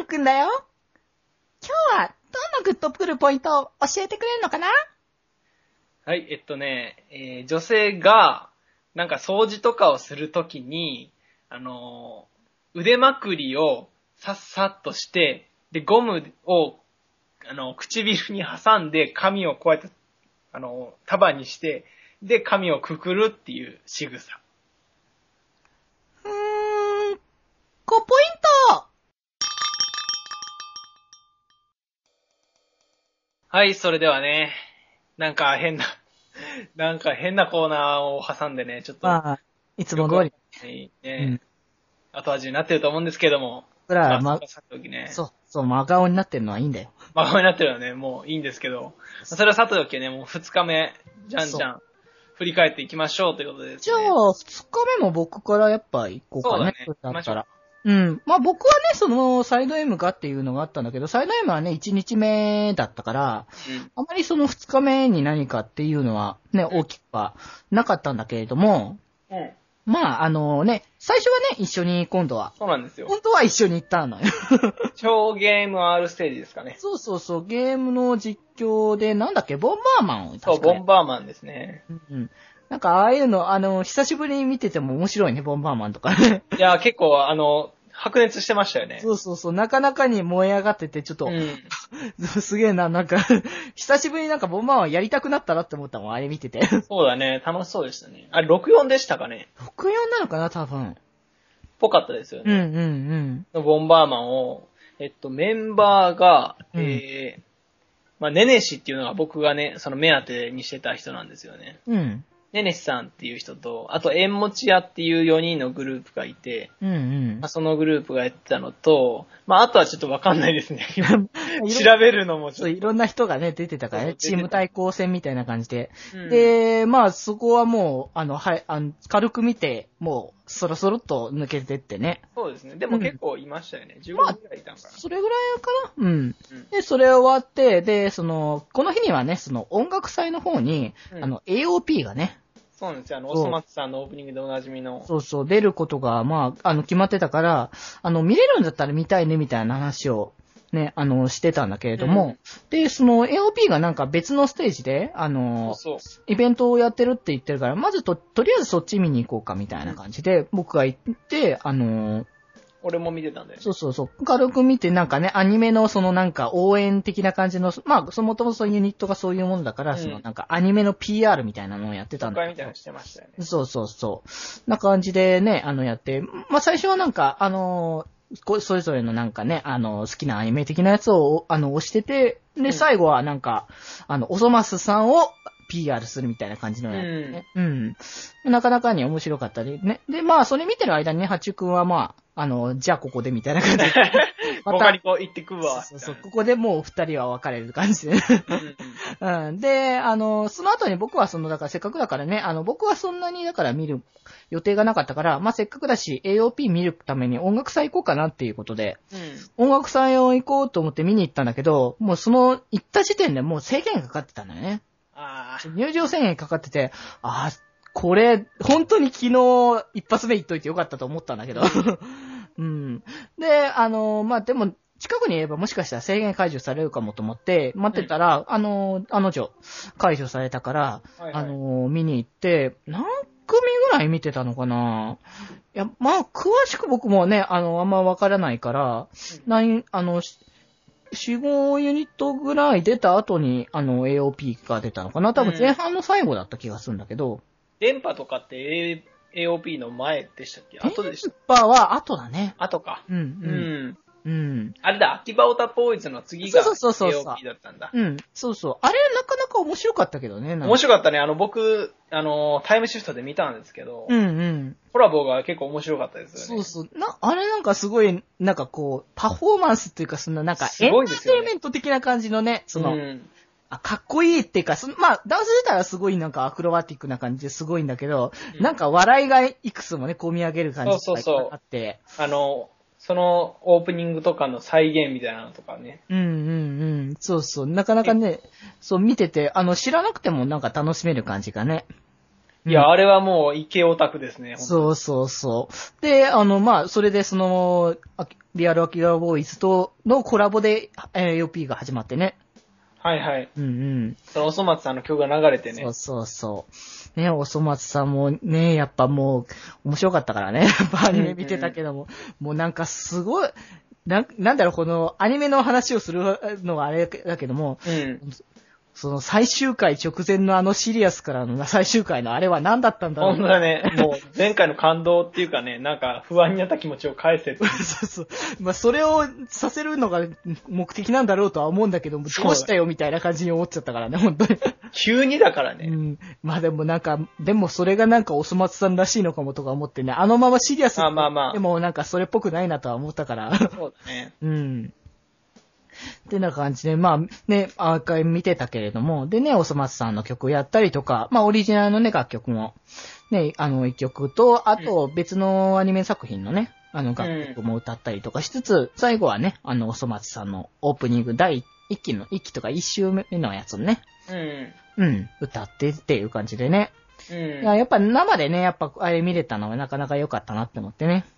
るくんだよ。今日はどんなグッとくるポイントを教えてくれるのかな？ はい、女性が、なんか掃除とかをするときに、腕まくりをさっさっとして、で、ゴムを、唇に挟んで髪をこうやって、束にして、で、髪をくくるっていう仕草。 5ポイント。 はい、それではね、なんか変なコーナーを挟んでね、ちょっと、 まあ、いつも通り。 ね、後味になってると思うんですけども。 それは、そう、真顔になってるのはいいんだよ。 真顔になってるのはね、もういいんですけど、それはさておきね、もう2日目、じゃんじゃん、振り返っていきましょうということですね。 じゃあ、2日目も僕からやっぱ行こうかね。 そうだね。 だったら。うん。まあ僕はね、その、サイド M がっていうのがあったんだけど、サイド M はね、1日目だったから、あまりその2日目に何かっていうのはね、大きくはなかったんだけれども、まあ、最初はね、一緒に今度は。 そうなんですよ。 本当は一緒に行ったのよ。 超ゲーム R ステージですかね。 そう、ゲームの実況で、なんだっけ、ボンバーマンを確か、 そう、ボンバーマンですね。 なんか、ああいうの、久しぶりに見てても面白いね、ボンバーマンとかね。 いや、結構、白熱してましたよね。 そう、なかなかに燃え上がってて、ちょっと、すげえな、なんか、久しぶりになんかボンバーマンやりたくなったなって思ったもん、あれ見てて。 そうだね、楽しそうでしたね。あれ、64でしたかね。 64なのかな、多分。 ぽかったですよね。 ボンバーマンを、メンバーが、まあ、ネネシっていうのが僕がね、その目当てにしてた人なんですよね。ネネシさんっていう人と、あと、縁持ち屋っていう4人のグループがいて、まあ、そのグループがやってたのと、まあ、あとはちょっとわかんないですね。調べるのもちょっと。 そう、いろんな人がね、出てたからね、チーム対抗戦みたいな感じで。で、まあ、そこはもう、軽く見て、もう、そろそろっと抜けてってね。 そうですね。でも結構いましたよね。15人ぐらいいたんかな。 それぐらいかな。で、それ終わって、で、この日にはね、音楽祭の方に、AOP がね、 そうなんですよ。おそ松さんのオープニングでおなじみの。 そう、出ることが、まあ、決まってたから、見れるんだったら見たいね、みたいな話を、ね、してたんだけれども、で、その AOP がなんか別のステージで、イベントをやってるって言ってるから、まずとりあえずそっち見に行こうか、みたいな感じで、僕が行って、 俺も見てたんだよね。 そう。軽く見て、なんかね、アニメのなんか応援的な感じの、まあ、もともとそのユニットがそういうものだから、なんかアニメの PR みたいなのをやってたんだけど。 みたいなのしてましたよね。 そう。な感じでね、やって、まあ、最初はなんか、それぞれのなんかね、好きなアニメ的なやつを、押してて、で、最後はなんか、おそますさんを PR するみたいな感じのやつね。なかなかに面白かったでね。で、まあ、それ見てる間にね、ハチュ君はまあ、じゃあここでみたいな感じで。 他にこう行ってくわ。 そう、ここでもう二人は別れる感じで。で、その後に僕はだからせっかくだからね、僕はそんなにだから見る予定がなかったから、まあ、せっかくだし AOP 見るために音楽祭行こうかなっていうことで、音楽祭を行こうと思って見に行ったんだけど、もう行った時点でもう制限かかってたんだよね。入場制限かかってて、これ、本当に昨日一発目行っといてよかったと思ったんだけど。で、まあ、でも、近くに言えばもしかしたら制限解除されるかもと思って待ってたら、女、解除されたから、見に行って、何組ぐらい見てたのかな？いや、まあ、詳しく僕もね、あんまわからないから、4、5ユニットぐらい出た後に、AOP が出たのかな？多分前半の最後だった気がするんだけど。 電波とかって、AOP の前でしたっけ？後でした。 電波は後だね。 後か。 うん。 あれだ、秋葉オタボーイズの次が AOP だったんだ。 そう。あれなかなか面白かったけどね。 面白かったね。僕、タイムシフトで見たんですけど、コラボが結構面白かったですよね。 そう。あれなんかすごい、なんかこう、パフォーマンスっていうか、なんか、エンターテイメント的な感じのね、かっこいいっていうか、まあ、ダンス自体はすごいなんかアクロバティックな感じですごいんだけど、なんか笑いがいくつもね、込み上げる感じがあって。 そのオープニングとかの再現みたいなのとかね。 そう。なかなかね、そう見てて、知らなくてもなんか楽しめる感じがね。 いや、あれはもう、イケオタクですね。 そうそうそう。で、それでリアルアキラボーイズとのコラボで AOP が始まってね。 はいはい。 うんうん。 そのおそ松さんの曲が流れてね。 そうそうそう。ね、おそ松さんもね、やっぱもう、面白かったからね。やっぱアニメ見てたけども、もうなんかすごい、なんだろう、このアニメの話をするのはあれだけども、その最終回直前のシリアスからの最終回のあれは何だったんだろう。 ほんとだね。もう前回の感動っていうかね、なんか不安になった気持ちを返せって。 そうそう。まあそれをさせるのが目的なんだろうとは思うんだけども、どうしたよみたいな感じに思っちゃったからね、本当に。 急にだからね。 まあでもでもそれがなんかおそ松さんらしいのかもとか思ってね、あのままシリアスでもなんかそれっぽくないなとは思ったから。 そうだね。 ってな感じで、まあね、アーカイブ見てたけれども、でね、おそ松さんの曲をやったりとか、まあオリジナルのね、楽曲も、ね、一曲と、あと別のアニメ作品のね、楽曲も歌ったりとかしつつ、最後はね、おそ松さんのオープニング第1期とか1周目のやつをね、歌ってっていう感じでね。やっぱ生でね、やっぱあれ見れたのはなかなか良かったなって思ってね。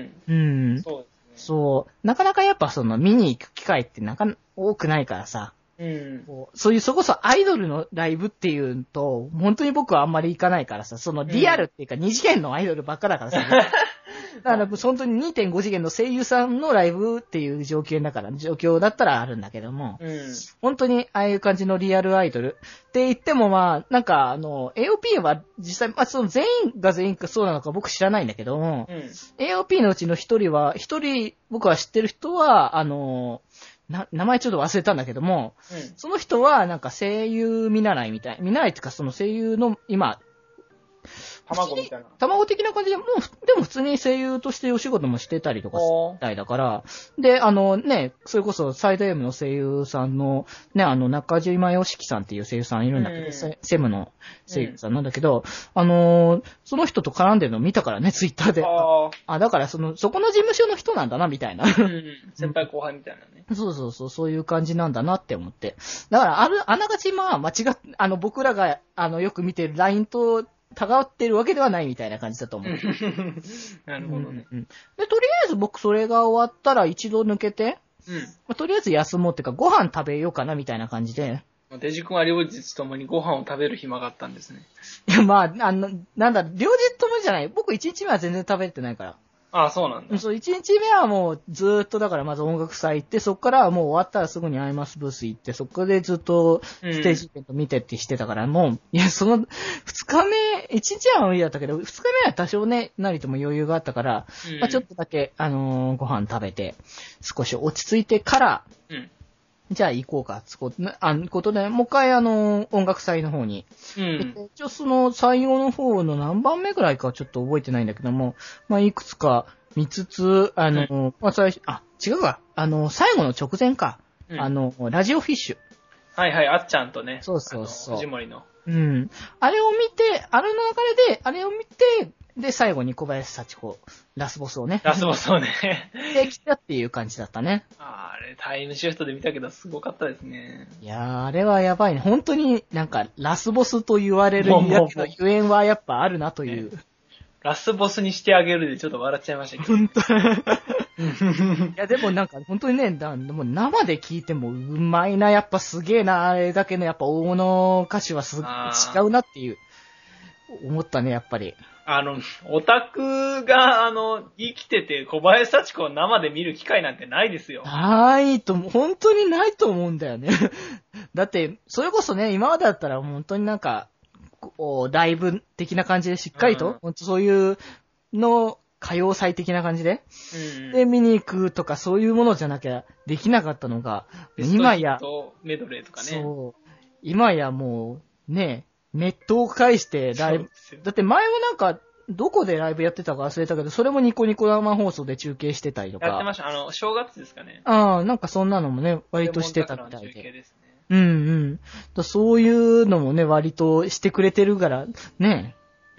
そう。なかなかやっぱ見に行く機会って多くないからさ。そういうそこそアイドルのライブっていうと、本当に僕はあんまり行かないからさ、リアルっていうか二次元のアイドルばっかだからさ。だから本当に 2.5 次元の声優さんのライブっていう状況だったらあるんだけども、本当にああいう感じのリアルアイドルって言ってもまあ、なんかAOP は実際、まあ全員が全員かそうなのか僕知らないんだけども、AOP のうちの一人僕は知ってる人は、名前ちょっと忘れたんだけども、その人はなんか声優見習いっていうかその声優の今、 卵みたいな。 卵的な感じで、でも普通に声優としてお仕事もしてたりとかしたいだから、で、ね、それこそサイド M の声優さんの、ね、中島よしきさんっていう声優さんいるんだけど、セムの声優さんなんだけど、その人と絡んでるの見たからね、ツイッターで。だからそこの事務所の人なんだな、みたいな。 先輩後輩みたいなね。 そういう感じなんだなって思って。だから、あながち僕らが、よく見てる LINE と、たがってるわけではないみたいな感じだと思う。 なるほどね。 で、とりあえず僕それが終わったら一度抜けて、とりあえず休もうっていうかご飯食べようかなみたいな感じで。 デジ君は両日ともにご飯を食べる暇があったんですね。 いや、まあ、両日ともにじゃない。僕一日目は全然食べてないから。 そうなんだ。 そう、一日目はもうずーっとだからまず音楽祭行って、そっからもう終わったらすぐにアイマスブース行って、そこでずっとステージイベント見てってしてたから、もう、いや、二日目、一日は無理だったけど、二日目は多少ね、なりとも余裕があったから、ちょっとだけ、ご飯食べて、少し落ち着いてから、じゃあ行こうか、ことで、もう一回音楽祭の方に。一応その最後の方の何番目ぐらいかはちょっと覚えてないんだけども、まあいくつか見つつ、まあ違うわ。最後の直前か。ラジオフィッシュ。 はいはい、あっちゃんとね。 そう。 藤森の。 あれを見て、あれの流れで、あれを見て、で、最後に小林幸子、ラスボスをね。で、来たっていう感じだったね。 あれ、タイムシフトで見たけど、すごかったですね。 いやー、あれはやばいね。本当になんか、ラスボスと言われるやつのゆえんはやっぱあるなという。 ラスボスにしてあげるでちょっと笑っちゃいましたけど。 本当いや、でもなんか、本当にね、でも生で聞いてもうまいな、やっぱすげえな、あれだけのやっぱ大物歌手は違うなっていう、思ったね、やっぱり。 オタクが、生きてて小林幸子を生で見る機会なんてないですよ。 本当にないと思うんだよね。だって、それこそね、今までだったら本当になんか、ライブ的な感じでしっかりと、本当そういうの、歌謡祭的な感じで、で、見に行くとかそういうものじゃなきゃできなかったのが、今や、 メドレーとかね。 そう。今やもう、ね、ネットを介してライブ、だって前もなんか、どこでライブやってたか忘れたけど、それもニコニコ生放送で中継してたりとか。 やってました。正月ですかね。 なんかそんなのもね、割としてたみたいで。そういうのもね、割としてくれてるから、ね。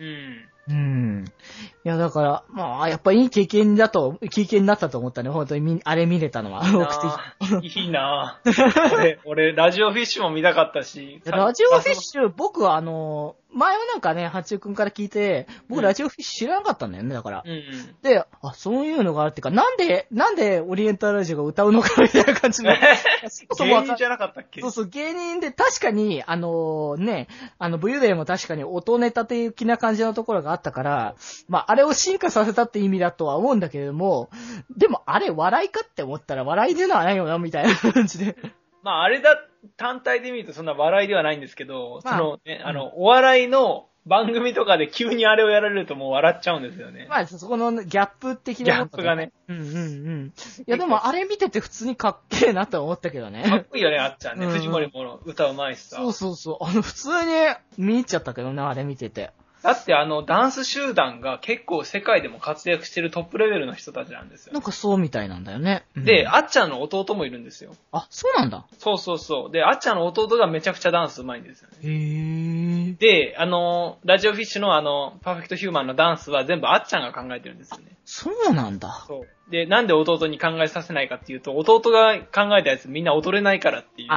いや、だから、まあ、やっぱいい経験になったと思ったね。本当にあれ見れたのは。 いいなぁ。俺、ラジオフィッシュも見たかったし。 ラジオフィッシュ、僕は前はなんかね、八中くんから聞いて、僕ラジオフィッシュ知らなかったんだよね、だから。で、そういうのがあるっていうか、なんでオリエンタルラジオが歌うのかみたいな感じの。 芸人じゃなかったっけ？ そう、芸人で、確かに、武勇伝も確かに音ネタ的な感じのところがあったから、あれを進化させたって意味だとは思うんだけれども、でもあれ笑いかって思ったら笑いではないよな、みたいな感じで。 あれ単体で見るとそんな笑いではないんですけど、お笑いの番組とかで急にあれをやられるともう笑っちゃうんですよね。 そこのギャップ的なギャップがね。 いやでもあれ見てて普通にかっけえなと思ったけどね。 かっこいいよね、あっちゃんね。藤森も歌うまいしさ。 そう。普通に見入っちゃったけどね、あれ見てて。 だってダンス集団が結構世界でも活躍してるトップレベルの人たちなんですよ。 なんかそうみたいなんだよね。 で、あっちゃんの弟もいるんですよ。 あ、そうなんだ。 そう。で、あっちゃんの弟がめちゃくちゃダンス上手いんですよね。 へー。 で、ラジオフィッシュのパーフェクトヒューマンのダンスは全部あっちゃんが考えてるんですよね。 そうなんだ。 そう。で、なんで弟に考えさせないかっていうと、弟が考えたやつみんな踊れないからっていう。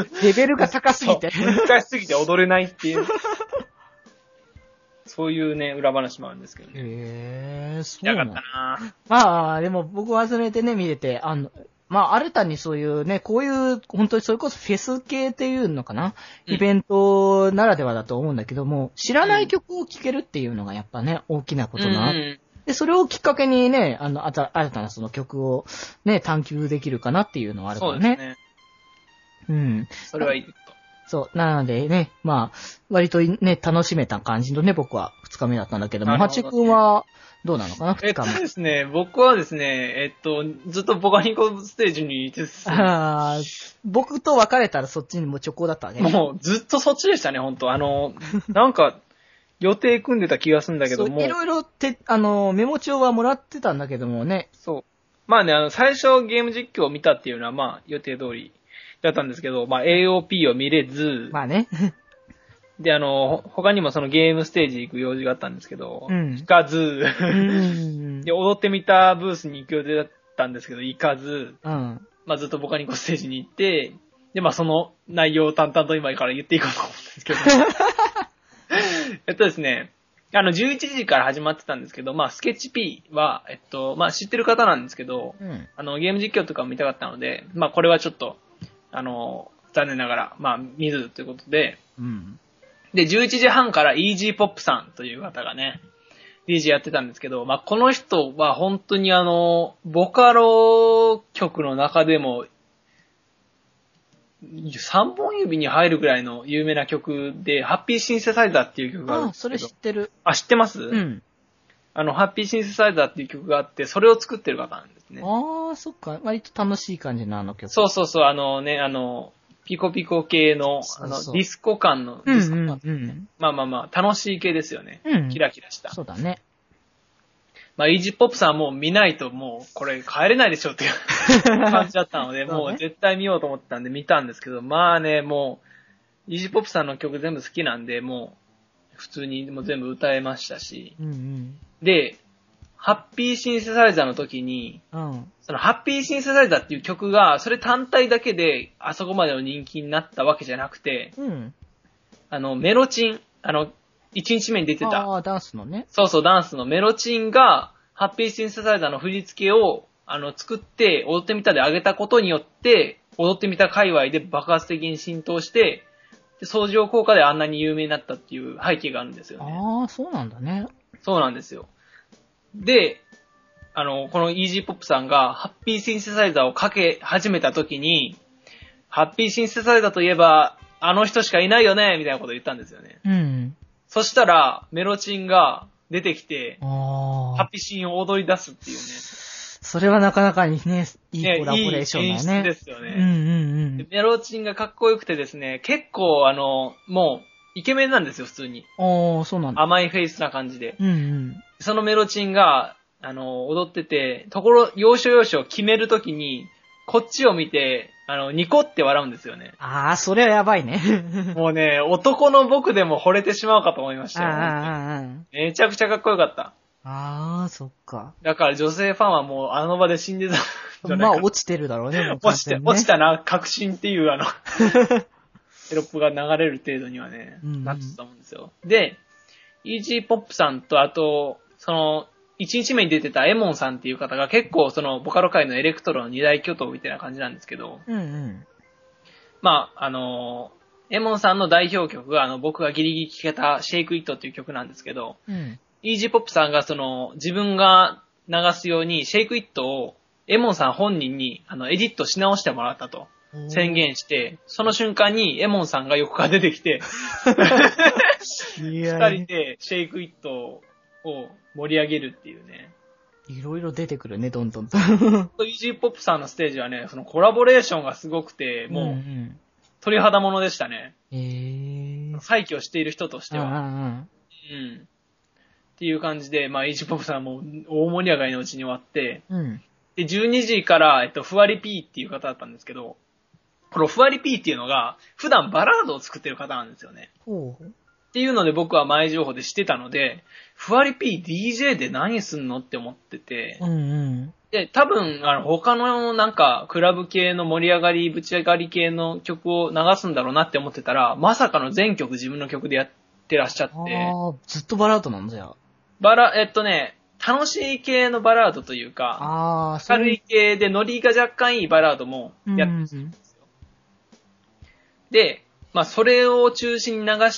レベルが高すぎて。 難しすぎて踊れないっていう。そういうね、裏話もあるんですけどね。 そうなんだ。なでも僕忘れてね、見れて、新たにそういうね、こういう、本当にそれこそフェス系っていうのかな、イベントならではだと思うんだけども、知らない曲を聴けるっていうのがやっぱね、大きなことな。で、それをきっかけにね、新たなその曲をね、探求できるかなっていうのはあるからね。そうですね。 それはいい。 そう。なのでね、割とね、楽しめた感じのね、僕は2日目だったんだけども、ハチ君はどうなのかな、2日目。 ですね、僕はですね、ずっとボカニコステージにいて僕と別れたらそっちにも直行だったね。 もうずっとそっちでしたね、本当なんか、予定組んでた気がするんだけども。 いろいろメモ帳はもらってたんだけどもね。 そう。最初ゲーム実況を見たっていうのは予定通りだったんですけど、AOP を見れず、 ね。 で、他にもそのゲームステージ行く用事があったんですけど、行かず、で、踊ってみたブースに行く予定だったんですけど、行かず、ずっとボカニコステージに行って、で、その内容を淡々と今から言っていこうと思うんですけど、ですね、11時から始まってたんですけど、スケッチ P は、知ってる方なんですけど、ゲーム実況とかも見たかったので、これはちょっと、残念ながら、見ずということで、で、11時半からイージーポップさんという方がね、DJ やってたんですけど、この人は本当にボカロ曲の中でも、3本指に入るぐらいの有名な曲で、ハッピーシンセサイザーっていう曲があるんですけど。 それ知ってる。 知ってます？ハッピーシンセサイザーっていう曲があって、それを作ってる方なんですね。 そっか。割と楽しい感じの曲。 そう。ピコピコ系の、ディスコ感の、ディスコ感。楽しい系ですよね。キラキラした。 そうだね。 イージーポップさんはもう見ないともうこれ帰れないでしょっていう感じだったので、もう絶対見ようと思ってたんで見たんですけど、もう、イージーポップさんの曲全部好きなんで、もう、普通にもう全部歌えましたし、で、ハッピーシンセサイザーの時に、そのハッピーシンセサイザーっていう曲が、それ単体だけであそこまでの人気になったわけじゃなくて、メロチン、1日目に出てた。 ダンスのね。 そう、ダンスのメロチンが、ハッピーシンセサイザーの振り付けを、作って、踊ってみたで上げたことによって、踊ってみた界隈で爆発的に浸透して、で相乗効果であんなに有名になったっていう背景があるんですよね。 そうなんだね。 そうなんですよ。で、このイージーポップさんが、ハッピーシンセサイザーをかけ始めた時に、ハッピーシンセサイザーといえば、あの人しかいないよね、みたいなことを言ったんですよね。そしたら、メロチンが出てきて、ハッピーシーンを踊り出すっていうね。 それはなかなかにね、いいコラボレーションだね。 いい演出ですよね。メロチンがかっこよくてですね、結構もう、イケメンなんですよ、普通に。 そうなんだ。 甘いフェイスな感じで。そのメロチンが、踊ってて、要所要所決めるときに、こっちを見て、ニコって笑うんですよね。 それはやばいね。 もうね、男の僕でも惚れてしまうかと思いましたよ。めちゃくちゃかっこよかった。 そっか。 だから女性ファンはもうあの場で死んでたんじゃないか。 落ちてるだろうね。 落ちたな、確信っていうテロップが流れる程度にはね、 うんうん、 なってたと思うんですよ。で、イージーポップさんと、あと、1日目に出てたエモンさんっていう方が結構ボカロ界のエレクトロの二大巨頭みたいな感じなんですけど、 うんうん。 まあ、エモンさんの代表曲が僕がギリギリ聴けたシェイクイットっていう曲なんですけど、 うん、 イージーポップさんが自分が流すようにシェイクイットをエモンさん本人にエディットし直してもらったと宣言して、その瞬間にエモンさんが横から出てきて、二人でシェイクイットを盛り上げるっていうね。 いろいろ出てくるね、どんどんと。 イージーポップさんのステージはね、コラボレーションがすごくて、もう、鳥肌ものでしたね。再起をしている人としては。うん。っていう感じで、まあ、イージーポップさんも大盛り上がりのうちに終わって、 うん、 で、12時から、ふわり P っていう方だったんですけど、このふわり P っていうのが、普段バラードを作ってる方なんですよね。っていうので僕は前情報で知ってたので、ふわり P DJ で何すんのって思ってて、で、多分、他のなんか、クラブ系の盛り上がり、ぶち上がり系の曲を流すんだろうなって思ってたら、まさかの全曲自分の曲でやってらっしゃって。 ずっとバラードなんだよ。 楽しい系のバラードというか、軽い系でノリが若干いいバラードもやってるんですよ。で、まあ、それを中心に流して、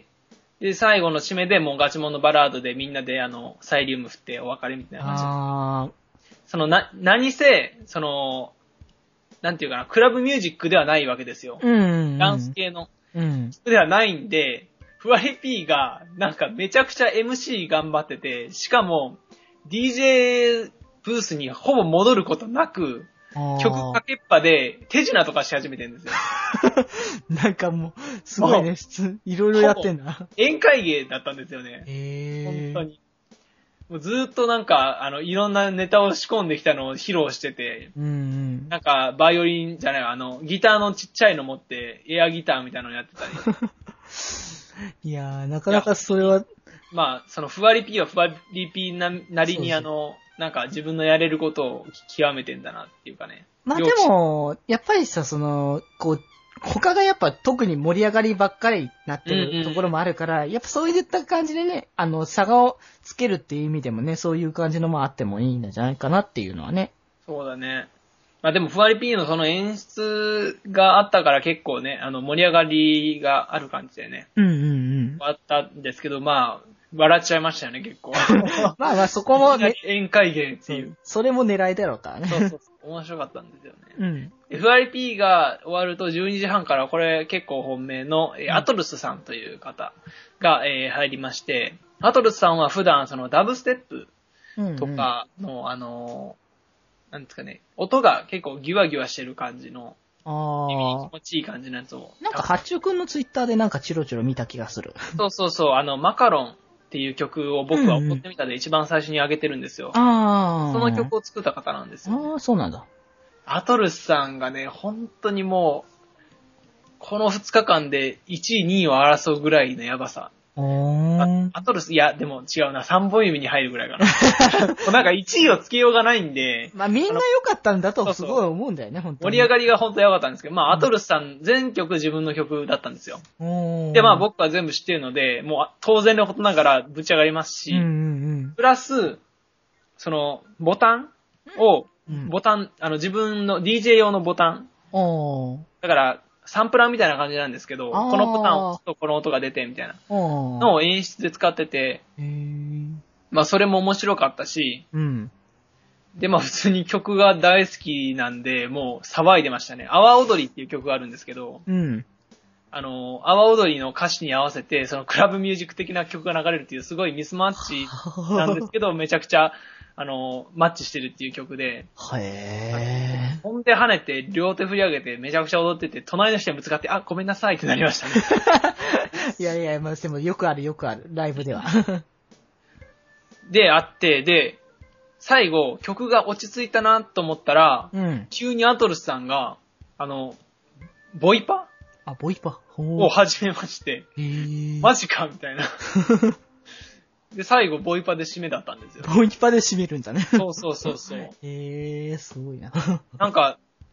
で、最後の締めでもうガチモンのバラードでみんなでサイリウム振ってお別れみたいな感じ。何せ、なんていうかな、クラブミュージックではないわけですよ。ダンス系の。ではないんで、ふわり P が、なんかめちゃくちゃ MC 頑張ってて、しかも、DJ ブースにほぼ戻ることなく、曲かけっぱで手品とかし始めてるんですよ。 なんかもう、すごいね、いろいろやってんだ。 宴会芸だったんですよね。本当に。もうずーっとなんか、いろんなネタを仕込んできたのを披露してて、なんか、バイオリンじゃない、ギターのちっちゃいの持って、エアギターみたいなのやってたり。 いやー、なかなかそれは。 まあ、ふわり P はふわり P なりになんか自分のやれることを極めてんだなっていうかね。 まあでも、やっぱりさ、他がやっぱ特に盛り上がりばっかりになってるところもあるから、やっぱそういった感じでね、差がをつけるっていう意味でもね、そういう感じのもあってもいいんじゃないかなっていうのはね。 そうだね。まあでも、ふわり P のその演出があったから結構ね、盛り上がりがある感じでね。あったんですけど、まあ、笑っちゃいましたよね、結構。 まあまあ、そこもね。 宴会芸っていう。 それも狙いだろうからね。 そう。面白かったんですよね。FRP が終わると12時半からこれ結構本命の、アトルスさんという方が、入りまして、アトルスさんは普段ダブステップとかの、なんですかね、音が結構ギワギワしてる感じの、気持ちいい感じのやつを。 なんか、八中くんのツイッターでなんかチロチロ見た気がする。 そう、マカロンっていう曲を僕は怒ってみたで一番最初に上げてるんですよ。その曲を作った方なんですよ。 そうなんだ。 アトルスさんがね、本当にもう、この2日間で1位、2位を争うぐらいのやばさ。アトルス、いや、でも違うな、3本指に入るぐらいかな。なんか1位をつけようがないんで。 まあみんな良かったんだとすごい思うんだよね、本当に。 盛り上がりが本当に良かったんですけど、まあアトルスさん全曲自分の曲だったんですよ。で、まあ僕は全部知ってるので、もう当然のことながらぶち上がりますし、プラス、ボタンを、自分の DJ 用のボタン。だから、サンプラーみたいな感じなんですけど、このボタンを押すとこの音が出てみたいなのを演出で使ってて、まあそれも面白かったし、でまあ普通に曲が大好きなんで、もう騒いでましたね。阿波踊りっていう曲があるんですけど、阿波踊りの歌詞に合わせて、クラブミュージック的な曲が流れるっていうすごいミスマッチなんですけど、めちゃくちゃ、マッチしてるっていう曲で。飛んで跳ねて、両手振り上げて、めちゃくちゃ踊ってて、隣の人にぶつかって、あ、ごめんなさいってなりましたね。 いや、まあ、でもよくある、ライブでは。 で、あって、で、最後、曲が落ち着いたなと思ったら、急にアトルスさんが、ボイパボイパを始めまして、マジかみたいな。で、最後、ボイパで締めだったんですよ。 ボイパで締めるんだね。 そう。 すごいな。 なんか、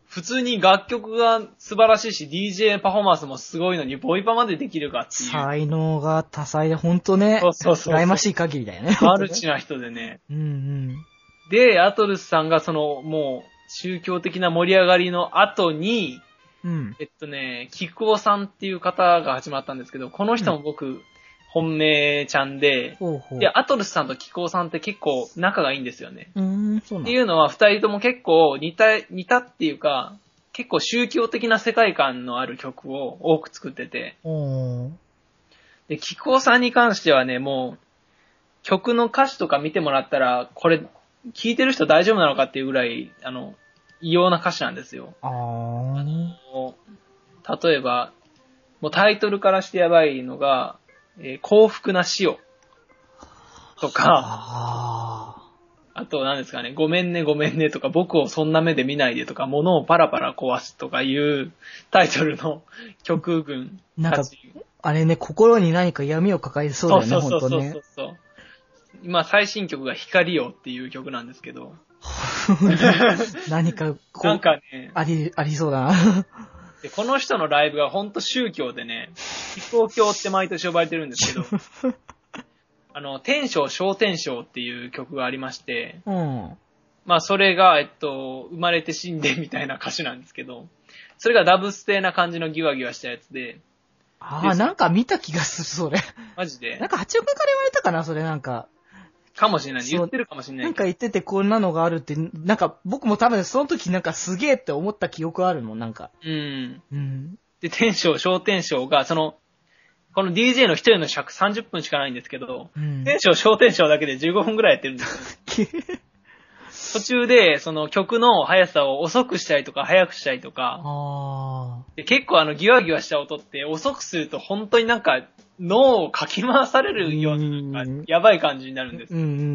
普通に楽曲が素晴らしいし、DJ パフォーマンスもすごいのに、ボイパまでできるかっていう。 才能が多彩で、ほんとね。 そう。 羨ましい限りだよね。 マルチな人でね。 うんうん。 で、アトルスさんがもう、宗教的な盛り上がりの後に、 うん。 キクオさんっていう方が始まったんですけど、この人も僕、本命ちゃんで、で、アトルスさんとキクオさんって結構仲がいいんですよね。 そうなんっていうのは、二人とも結構似たっていうか、結構宗教的な世界観のある曲を多く作ってて、で、キクオさんに関してはね、もう、曲の歌詞とか見てもらったら、これ、聴いてる人大丈夫なのかっていうぐらい、異様な歌詞なんですよ。例えば、もうタイトルからしてやばいのが、幸福な死を。とか、あと何ですかね、ごめんねとか、僕をそんな目で見ないでとか、物をパラパラ壊すとかいうタイトルの曲群。 なんか、あれね、心に何か闇を抱えそうだよね、ほんとね。 そう。今、最新曲が光よっていう曲なんですけど。 何か、 なんかね、 ありそうだな。 で、この人のライブがほんと宗教でね、飛行教って毎年呼ばれてるんですけど、天章小天章っていう曲がありまして、まあそれが、生まれて死んでみたいな歌詞なんですけど、それがダブステーな感じのギワギワしたやつで。 なんか見た気がする、それ。 マジで？ なんか八億から言われたかな、それなんか。 かもしれない。言ってるかもしれない。 なんか言っててこんなのがあるって、なんか僕も多分その時なんかすげえって思った記憶あるもん、なんか。で、 天章小天章が、この DJ の一人の尺30分しかないんですけど、天章小天章だけで15分くらいやってるんですよ。途中で、その曲の速さを遅くしたりとか、速くしたりとか、で結構ギワギワした音って遅くすると本当になんか脳をかき回されるような、やばい感じになるんです。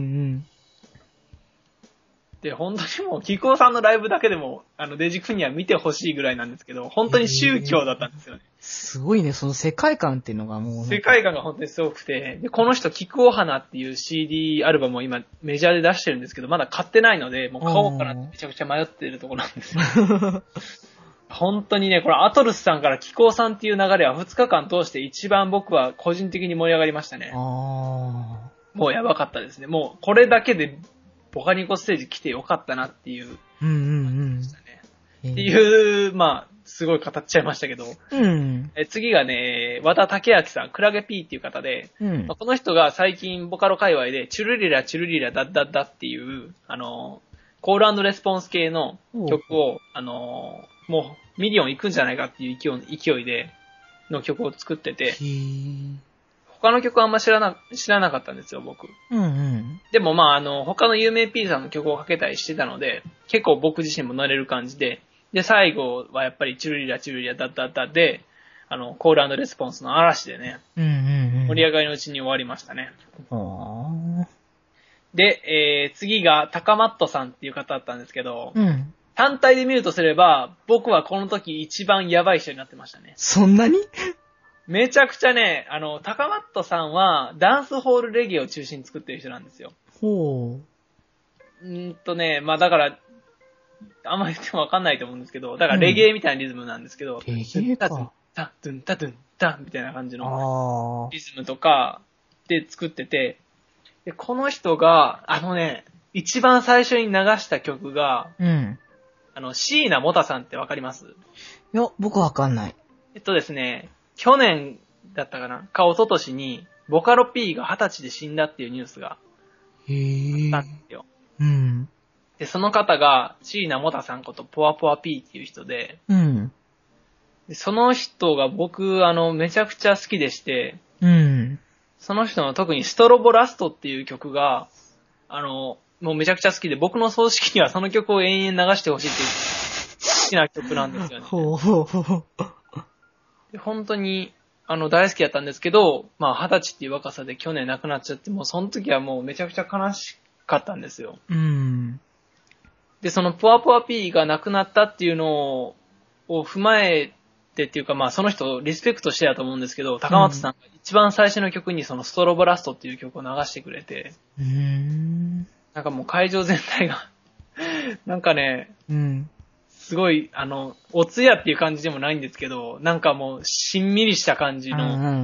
で、本当にもう、キクオさんのライブだけでも、デジ君には見てほしいぐらいなんですけど、本当に宗教だったんですよね。 すごいね、その世界観っていうのがもう。 世界観が本当にすごくて、で、この人、キクオ花っていう CD アルバムを今メジャーで出してるんですけど、まだ買ってないので、もう買おうかなってめちゃくちゃ迷ってるところなんですよ。本当にね、これアトルスさんからキクオさんっていう流れは2日間通して一番僕は個人的に盛り上がりましたね。もうやばかったですね。もうこれだけでボカニコステージ来てよかったなっていう。っていう、まあ、すごい語っちゃいましたけど。次がね、和田武明さん、クラゲ P っていう方で、この人が最近ボカロ界隈で、チュルリラチュルリラダッダッダっていう、コール&レスポンス系の曲を、もうミリオン行くんじゃないかっていう勢いでの曲を作ってて、他の曲はあんま知らなかったんですよ、僕。でもまあ、他の有名 P さんの曲をかけたりしてたので、結構僕自身も乗れる感じで、で、最後はやっぱりチュルリラチュルリラダッダッダで、コール&レスポンスの嵐でね、盛り上がりのうちに終わりましたね。で、次が高マットさんっていう方だったんですけど、単体で見るとすれば、僕はこの時一番やばい人になってましたね。 そんなに？ めちゃくちゃね、高マットさんはダンスホールレゲエを中心に作ってる人なんですよ。まあだから、あんまり言ってもわかんないと思うんですけど、だからレゲエみたいなリズムなんですけど、 レゲエか。 タドゥンタドゥンタみたいな感じのリズムとかで作ってて、で、この人が、一番最初に流した曲が、椎名モタさんってわかります？ いや、僕わかんない。 ですね、去年だったかなか一昨年に、ボカロ P が20歳で死んだっていうニュースがあったんですよ。で、その方が、椎名モタさんことポワポワ P っていう人で、でその人が僕、めちゃくちゃ好きでして、その人の特にストロボラストっていう曲が、もうめちゃくちゃ好きで、僕の葬式にはその曲を延々流してほしいっていう好きな曲なんですよね。で本当に、大好きだったんですけど、まあ、20歳っていう若さで去年亡くなっちゃって、もうその時はもうめちゃくちゃ悲しかったんですよ。で、そのポワポワ P が亡くなったっていうのを踏まえてっていうか、まあ、その人をリスペクトしてだと思うんですけど、高松さんが一番最初の曲にそのストロボラストっていう曲を流してくれて、なんかもう会場全体が、なんかね、 すごい、おつやっていう感じでもないんですけど、なんかもう、しんみりした感じの、 うんうん。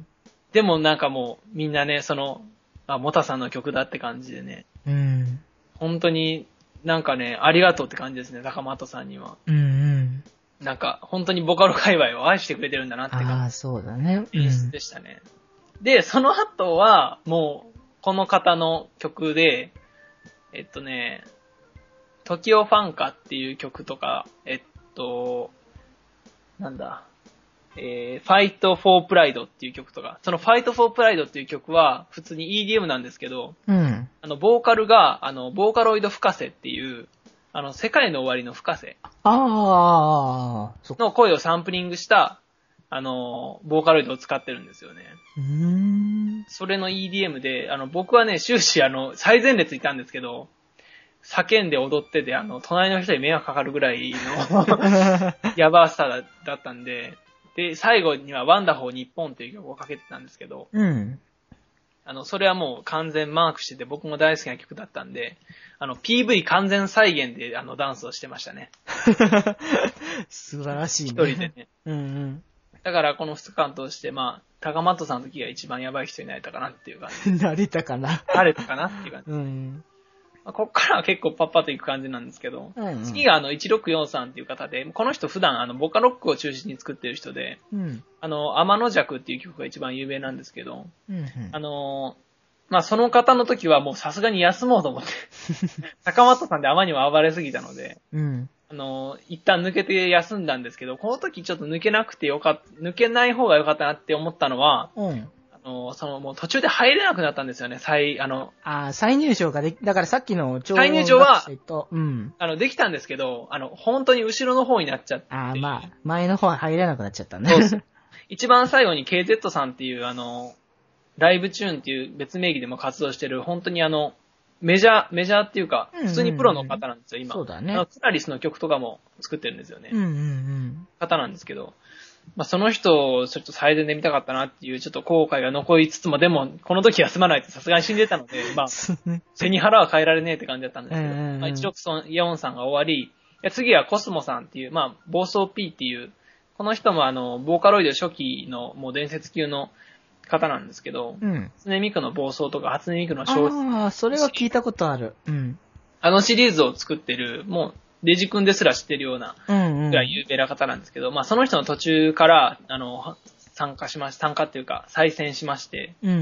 でもなんかもう、みんなね、モタさんの曲だって感じでね、 うん。 本当になんかね、ありがとうって感じですね、高松さんには。 うんうん。 なんか、本当にボカロ界隈を愛してくれてるんだなってあ感あ、そうだね。 じ演出でしたね。で、その後は、もう、この方の曲で、時をファンカっていう曲とか、なんだ、Fight for Pride っていう曲とか、その Fight for Pride っていう曲は普通に EDM なんですけど、 うん。 ボーカルが、ボーカロイド深瀬っていう、世界の終わりの深瀬ああ、そっか。 の声をサンプリングした、ボーカロイドを使ってるんですよね。それの EDM で、僕はね、終始最前列いたんですけど、叫んで踊ってて、隣の人に迷惑かかるぐらいのやばさだったんで、で、最後にはワンダホー日本っていう曲をかけてたんですけど、 うん。 それはもう完全マークしてて僕も大好きな曲だったんで、PV 完全再現でダンスをしてましたね。 素晴らしいね。 一人でね。 うんうん。 だからこの2日間通して、高松さんの時が一番やばい人になれたかなっていう感じ。 なれたかな。 なれたかなっていう感じ。 うん。 こっからは結構パッパといく感じなんですけど、 うんうん、 次が1643っていう方で、この人普段ボカロックを中心に作ってる人で、 うん、 天の弱っていう曲が一番有名なんですけど、 うんうん、 その方の時はもうさすがに休もうと思って、高松さんであまりにも暴れすぎたので、 うん、 一旦抜けて休んだんですけど、この時ちょっと抜けなくて抜けない方が良かったなって思ったのは、 うん。 もう途中で入れなくなったんですよね、再入場がだからさっきの再入場は、 うん。 できたんですけど、本当に後ろの方になっちゃって。 前の方は入れなくなっちゃったね。 そうそう。一番最後に KZ さんっていうライブチューンっていう別名義でも活動してる、本当にメジャーっていうか、普通にプロの方なんですよ、今。 そうだね。 クラリスの曲とかも作ってるんですよね。 うんうんうん。 方なんですけど、その人をちょっと最善で見たかったなっていうちょっと後悔が残りつつも、でも、この時休まないとさすがに死んでたので、背に腹は変えられねえって感じだったんですけど、1644さんが終わり、次はコスモさんっていう、暴走 P っていう、この人もボーカロイド初期のもう伝説級の方なんですけど、初音ミクの暴走とか初音ミクの小説。 それは聞いたことある。うん。 シリーズを作ってる、もう、デジ君ですら知ってるような、ぐらい有名な方なんですけど、その人の途中から、参加っていうか、再選しまして、 うんうん。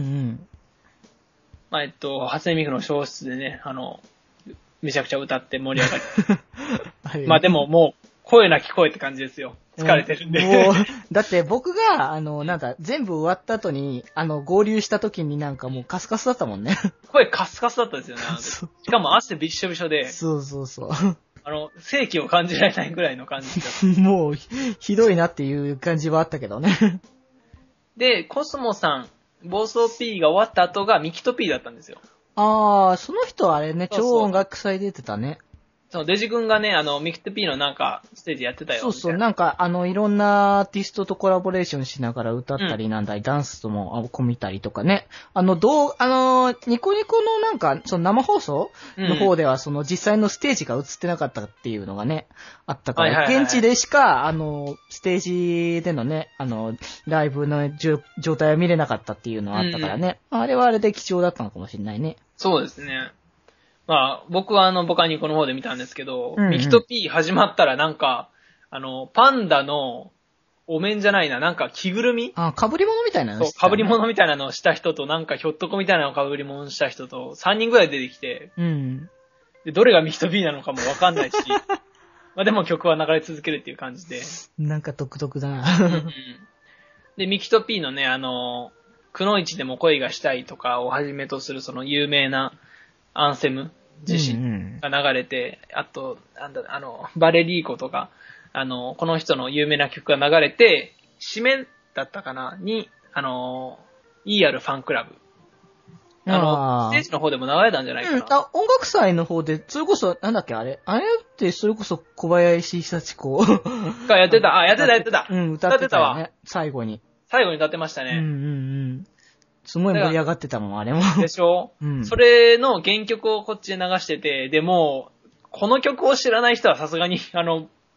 初音ミクの小説でね、めちゃくちゃ歌って盛り上がり。でももう、声なき声って感じですよ。疲れてるんで。 もう、だって僕が、全部終わった後に、合流した時になんかもうカスカスだったもんね。 声カスカスだったですよね。しかも汗びっしょびしょで。 そうそうそう。 正気を感じられないぐらいの感じだった。 もう、ひどいなっていう感じはあったけどね。 で、コスモさん、暴走 P が終わった後がミキト P だったんですよ。 その人はあれね、超音楽祭出てたね。 そう、デジ君がね、ミキト P のなんか、ステージやってたよ。 そうそう、なんか、いろんなアーティストとコラボレーションしながら歌ったりなんだり、ダンスとも込みたりとかね。ニコニコのなんか、その生放送の方では、実際のステージが映ってなかったっていうのがね、あったから、現地でしか、ステージでのね、ライブの状態は見れなかったっていうのはあったからね。あれはあれで貴重だったのかもしれないね。 そうですね。僕はボカニコの方で見たんですけど、ミキト P 始まったらなんか、パンダのお面じゃないな、なんか着ぐるみ？ 被り物みたいなのした、ね。そう、被り物みたいなのをした人と、なんかひょっとこみたいなのを被り物した人と、3人ぐらい出てきて、で、どれがミキト P なのかもわかんないし、でも曲は流れ続けるっていう感じで。 なんか独特だな。 で、ミキト P のね、くのいちでも恋がしたいとかをはじめとするその有名なアンセム自身が流れて、あと、バレリーコとか、この人の有名な曲が流れて、締めだったかなに、ER ファンクラブ。ステージの方でも流れたんじゃないかな。 音楽祭の方で、それこそ、なんだっけ、あれってそれこそ小林幸子がやってた。やってた。 歌ってたわ。ね、最後に歌ってましたね。 すごい盛り上がってたもん、あれも。 でしょ？それの原曲をこっちで流してて、でも、この曲を知らない人はさすがに、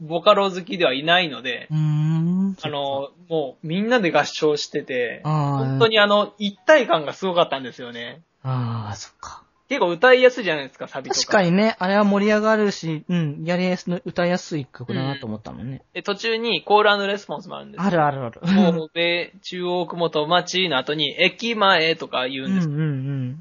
ボカロ好きではいないので、もうみんなで合唱してて、本当に一体感がすごかったんですよね。 ああ、そっか。 結構歌いやすいじゃないですか、サビとか。 確かにね、あれは盛り上がるし、歌いやすい曲だなと思ったもんね。 で、途中にコール&レスポンスもあるんですよ。 あるあるある。 もう、中央区元町の後に、駅前とか言うんです。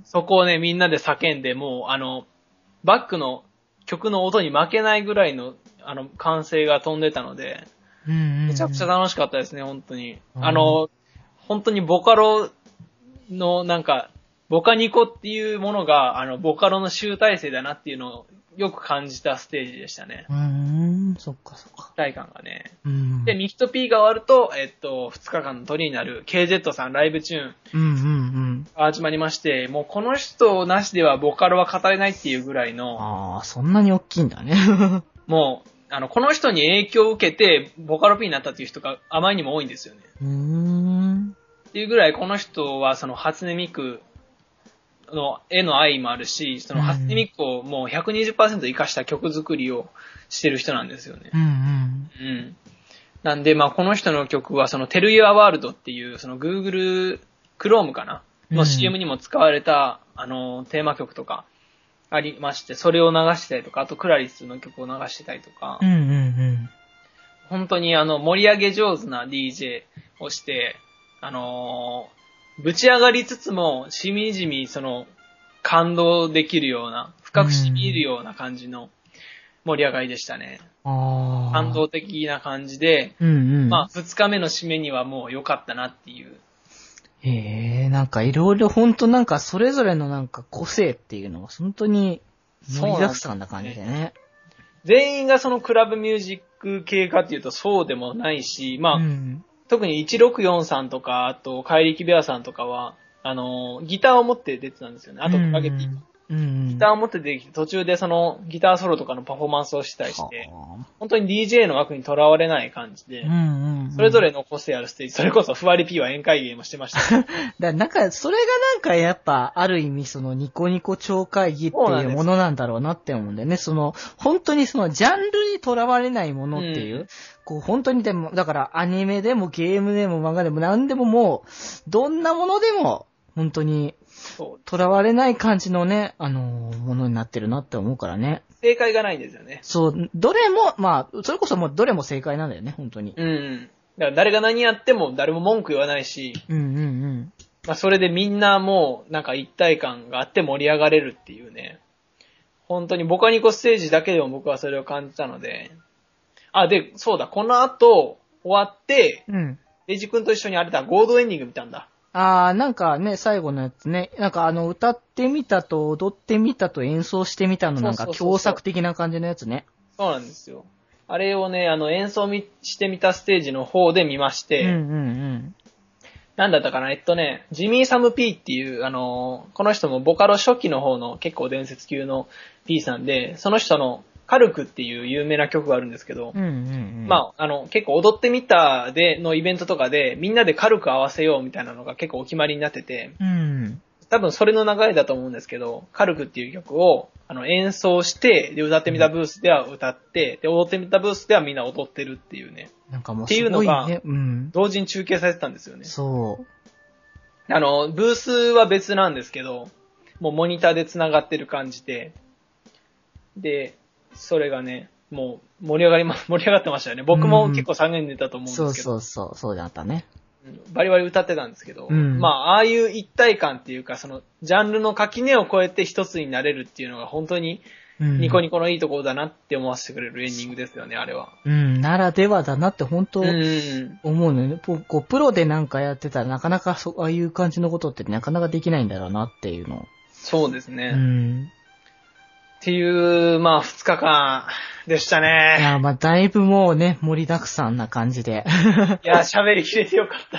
そこをね、みんなで叫んで、もう、バックの曲の音に負けないぐらいの、歓声が飛んでたので、めちゃくちゃ楽しかったですね、本当に。本当にボカロの、なんか、ボカニコっていうものが、ボカロの集大成だなっていうのをよく感じたステージでしたね。 そっかそっか。 一体感がね。で、ミキと P が終わると、2日間の鳥になる KZ さんライブチューンが始まりまして、もうこの人なしではボカロは語れないっていうぐらいの。 ああ、そんなに大きいんだね。 もう、この人に影響を受けて、ボカロ P になったっていう人があまりにも多いんですよね。っていうぐらい、この人は、その、初音ミクの絵の愛もあるし、その、初音ミクをもう 120% 活かした曲作りをしてる人なんですよね。なんで、まあ、この人の曲は、その、Tell Your World っていう、その、Google Chrome かなの CM にも使われた、テーマ曲とか、ありまして、それを流してたりとか、あとクラリスの曲を流してたりとか、本当に盛り上げ上手な DJ をして、ぶち上がりつつも、しみじみ、その、感動できるような、深くしみ入るような感じの盛り上がりでしたね。感動的な感じで、まあ、2日目の締めにはもう良かったなっていう。 なんかいろいろ本当なんかそれぞれのなんか個性っていうのが本当に盛りだくさんな感じでね。 全員がそのクラブミュージック系かっていうとそうでもないし、まあ、特に164さんとか、あと、怪力ベアさんとかは、ギターを持って出てたんですよね。あと、クラゲティ。ギターを持って出てきて、途中でそのギターソロとかのパフォーマンスをしたりして、本当に DJ の枠にとらわれない感じで、それぞれの個性あるステージ、それこそふわり P は宴会芸もしてました。 なんか、それがなんかやっぱ、ある意味そのニコニコ超会議っていうものなんだろうなって思うんだよね。その、本当にそのジャンルにとらわれないものっていう、こう本当にでも、だからアニメでもゲームでも漫画でも何でももう、どんなものでも、本当に、とらわれない感じのね、ものになってるなって思うからね。 正解がないんですよね。 そう、どれも、まあ、それこそもうどれも正解なんだよね、本当に。 だから誰が何やっても誰も文句言わないし、まあそれでみんなもうなんか一体感があって盛り上がれるっていうね。本当にボカニコステージだけでも僕はそれを感じたので。で、そうだ、この後終わって、レイジ君と一緒にあれだ、ゴールドエンディング見たんだ。 なんかね、最後のやつね、なんか歌ってみたと踊ってみたと演奏してみたのなんか共作的な感じのやつね。 そうなんですよ。あれをね、演奏してみたステージの方で見まして、なんだったかな、ジミー・サム・P っていう、この人もボカロ初期の方の結構伝説級の P さんで、その人のカルクっていう有名な曲があるんですけど、まあ、結構踊ってみたのイベントとかで、みんなでカルク合わせようみたいなのが結構お決まりになってて、多分それの流れだと思うんですけど、カルクっていう曲を演奏して、で、歌ってみたブースでは歌って、で、踊ってみたブースではみんな踊ってるっていうね。 なんかもうすごいね。 っていうのが、同時に中継されてたんですよね。 そう。 ブースは別なんですけど、もうモニターで繋がってる感じで、で、それがね、もう盛り上がってましたよね。僕も結構叫んでたと思うんですけど。 そうだったね。 バリバリ歌ってたんですけど、まあ、ああいう一体感っていうか、その、ジャンルの垣根を越えて一つになれるっていうのが本当に、ニコニコのいいところだなって思わせてくれるエンディングですよね、あれは。 ならではだなって本当、思うのよね。こう、プロでなんかやってたらなかなかああいう感じのことってなかなかできないんだろうなっていうの。 そうですね。っていう、まあ、2日間でしたね。 いや、まあ、だいぶもうね、盛りだくさんな感じで。 いや、喋りきれてよかった。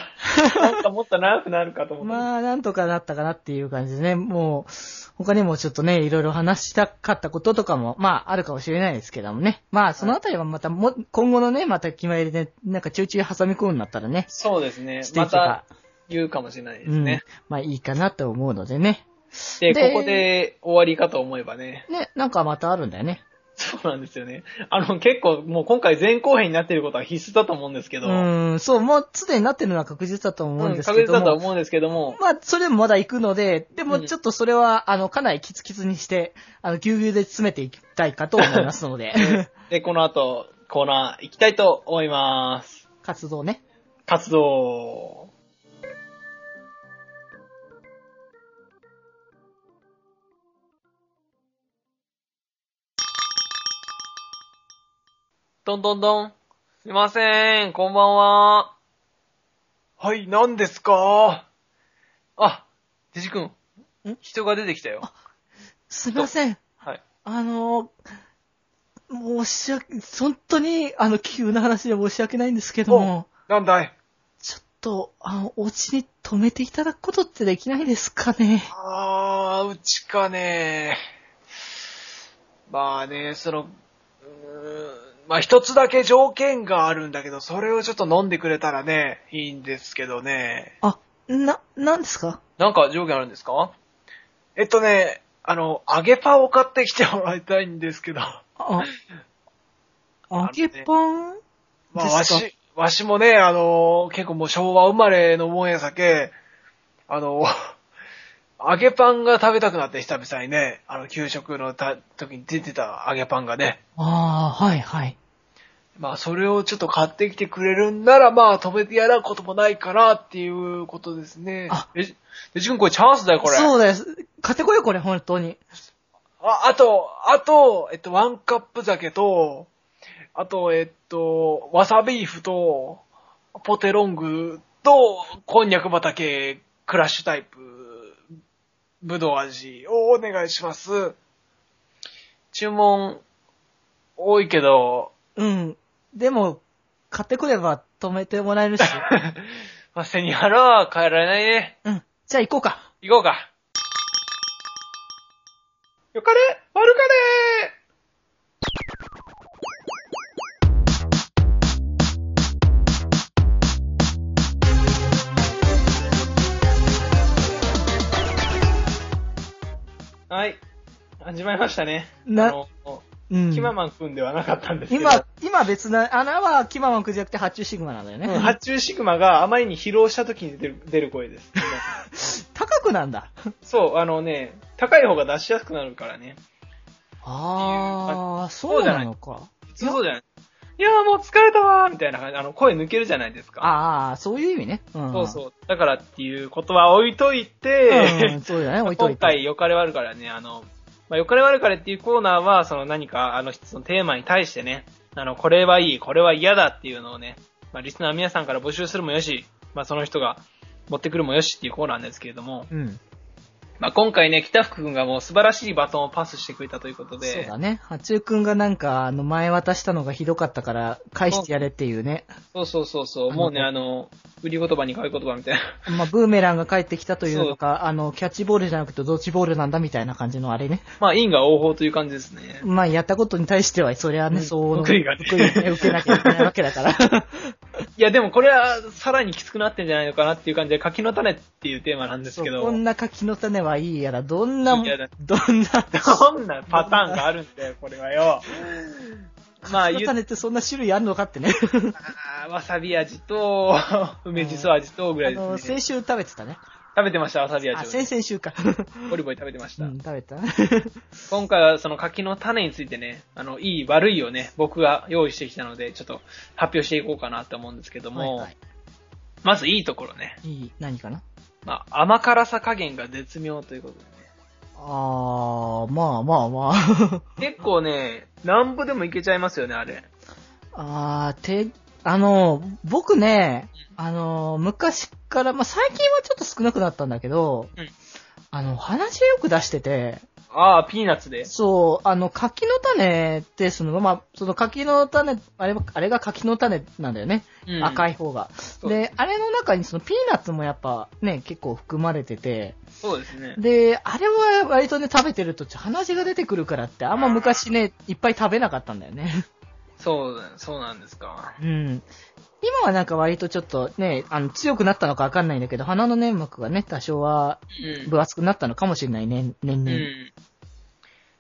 なんかもっと長くなるかと思った。 まあ、なんとかなったかなっていう感じでね、もう、他にもちょっとね、いろいろ話したかったこととかも、まあ、あるかもしれないですけどもね。まあ、そのあたりはまた今後のね、また決まりで、なんかちょいちょい挟み込むんだったらね。 そうですね。また言うかもしれないですね。 まあ、いいかなと思うのでね。 で、ここで終わりかと思えばね。 ね、なんかまたあるんだよね。 そうなんですよね。結構もう今回前後編になっていることは必須だと思うんですけど。 そう、もうすでになってるのは確実だと思うんですけども。 確実だと思うんですけども。 まあ、それもまだ行くので、でもちょっとそれは、かなりキツキツにして、ぎゅうぎゅうで詰めていきたいかと思いますので。 で、この後、コーナー行きたいと思います。 活動ね。 活動。どんどんどん。すいません、こんばんは。はい、何ですか？あ、デジ君。人が出てきたよ。 すいません。 はい。 本当に、急な話で申し訳ないんですけども。 なんだい？ ちょっと、お家に泊めていただくことってできないですかね。 うちかね。まあね、まあ一つだけ条件があるんだけど、それをちょっと飲んでくれたらね、いいんですけどね。 なんですか？ なんか条件あるんですか？揚げパンを買ってきてもらいたいんですけど。 揚げパンまあわしもね、結構もう昭和生まれのもんやさけ、揚げパンが食べたくなって久々にね、給食の時に出てた揚げパンがね。 はいはい。 まあ、それをちょっと買ってきてくれるんなら、まあ、止めてやらんこともないかなっていうことですね。デジ君これチャンスだよ、これ。 そうです。買ってこよう、これ、本当に。 あと、ワンカップ酒と、あと、わさビーフと、ポテロングと、こんにゃく畑、クラッシュタイプ、ぶどう味をお願いします。注文、多いけど、 でも、買ってくれば止めてもらえるし。 まあ、背に腹は変えられないね。 じゃあ行こうか。 行こうか。よかれ悪かれはい。始まりましたね。キママンくんではなかったんですけど。 今別な、はキママンくんじゃなくて発注シグマなんだよね。 発注シグマがあまりに疲労した時に出る声です。 高くなんだ。 そう、高い方が出しやすくなるからね。 そうなのか。 そうじゃない。いやーもう疲れたわーみたいな感じ、声抜けるじゃないですか。 そういう意味ね。 そうそう。だからっていうことは置いといて、 そうだね、置いといて。 今回、よかれ悪からね、よかれ悪かれっていうコーナーは、何か、そのテーマに対してね、これはいい、これは嫌だっていうのをね、リスナー皆さんから募集するもよし、その人が持ってくるもよしっていうコーナーなんですけれども、今回ね、北福くんがもう素晴らしいバトンをパスしてくれたということで。 そうだね。八中くんがなんか、前渡したのがひどかったから、返してやれっていうね。 そう。もうね、売り言葉に買い言葉みたいな。ブーメランが帰ってきたというのか、キャッチボールじゃなくてドッジボールなんだみたいな感じのあれね。 因果応報という感じですね。 やったことに対しては、そりゃね、 報いがね。 受けなきゃいけないわけだから。 いや、でもこれはさらにきつくなってんじゃないのかなっていう感じで、柿の種っていうテーマなんですけど。 こんな柿の種はいいやら、どんなパターンがあるんだよ、これはよ。 柿の種ってそんな種類あるのかってね。 わさび味と、梅じそ味とぐらいですね。 先週食べてたね。 食べてました、わさび味を、 先々週か。 ボリボリ食べてました。 食べた。 今回はその柿の種についてね、いい悪いをね、僕が用意してきたので、ちょっと発表していこうかなと思うんですけども、まずいいところね。 何かな？ 甘辛さ加減が絶妙ということでね。結構ね、なんぼでもいけちゃいますよね、あれ。 僕ね、昔から、最近はちょっと少なくなったんだけど、鼻血よく出してて、 ピーナッツで。 そう、柿の種って、その柿の種、あれが柿の種なんだよね。赤い方が。で、あれの中にそのピーナッツもやっぱね、結構含まれてて。 そうですね。 で、あれは割とね、食べてると鼻血が出てくるからって、あんま昔ね、いっぱい食べなかったんだよね。 そうなんですか。 今はなんか割とちょっとね、強くなったのかわかんないんだけど、鼻の粘膜がね、多少は分厚くなったのかもしれないね、年々。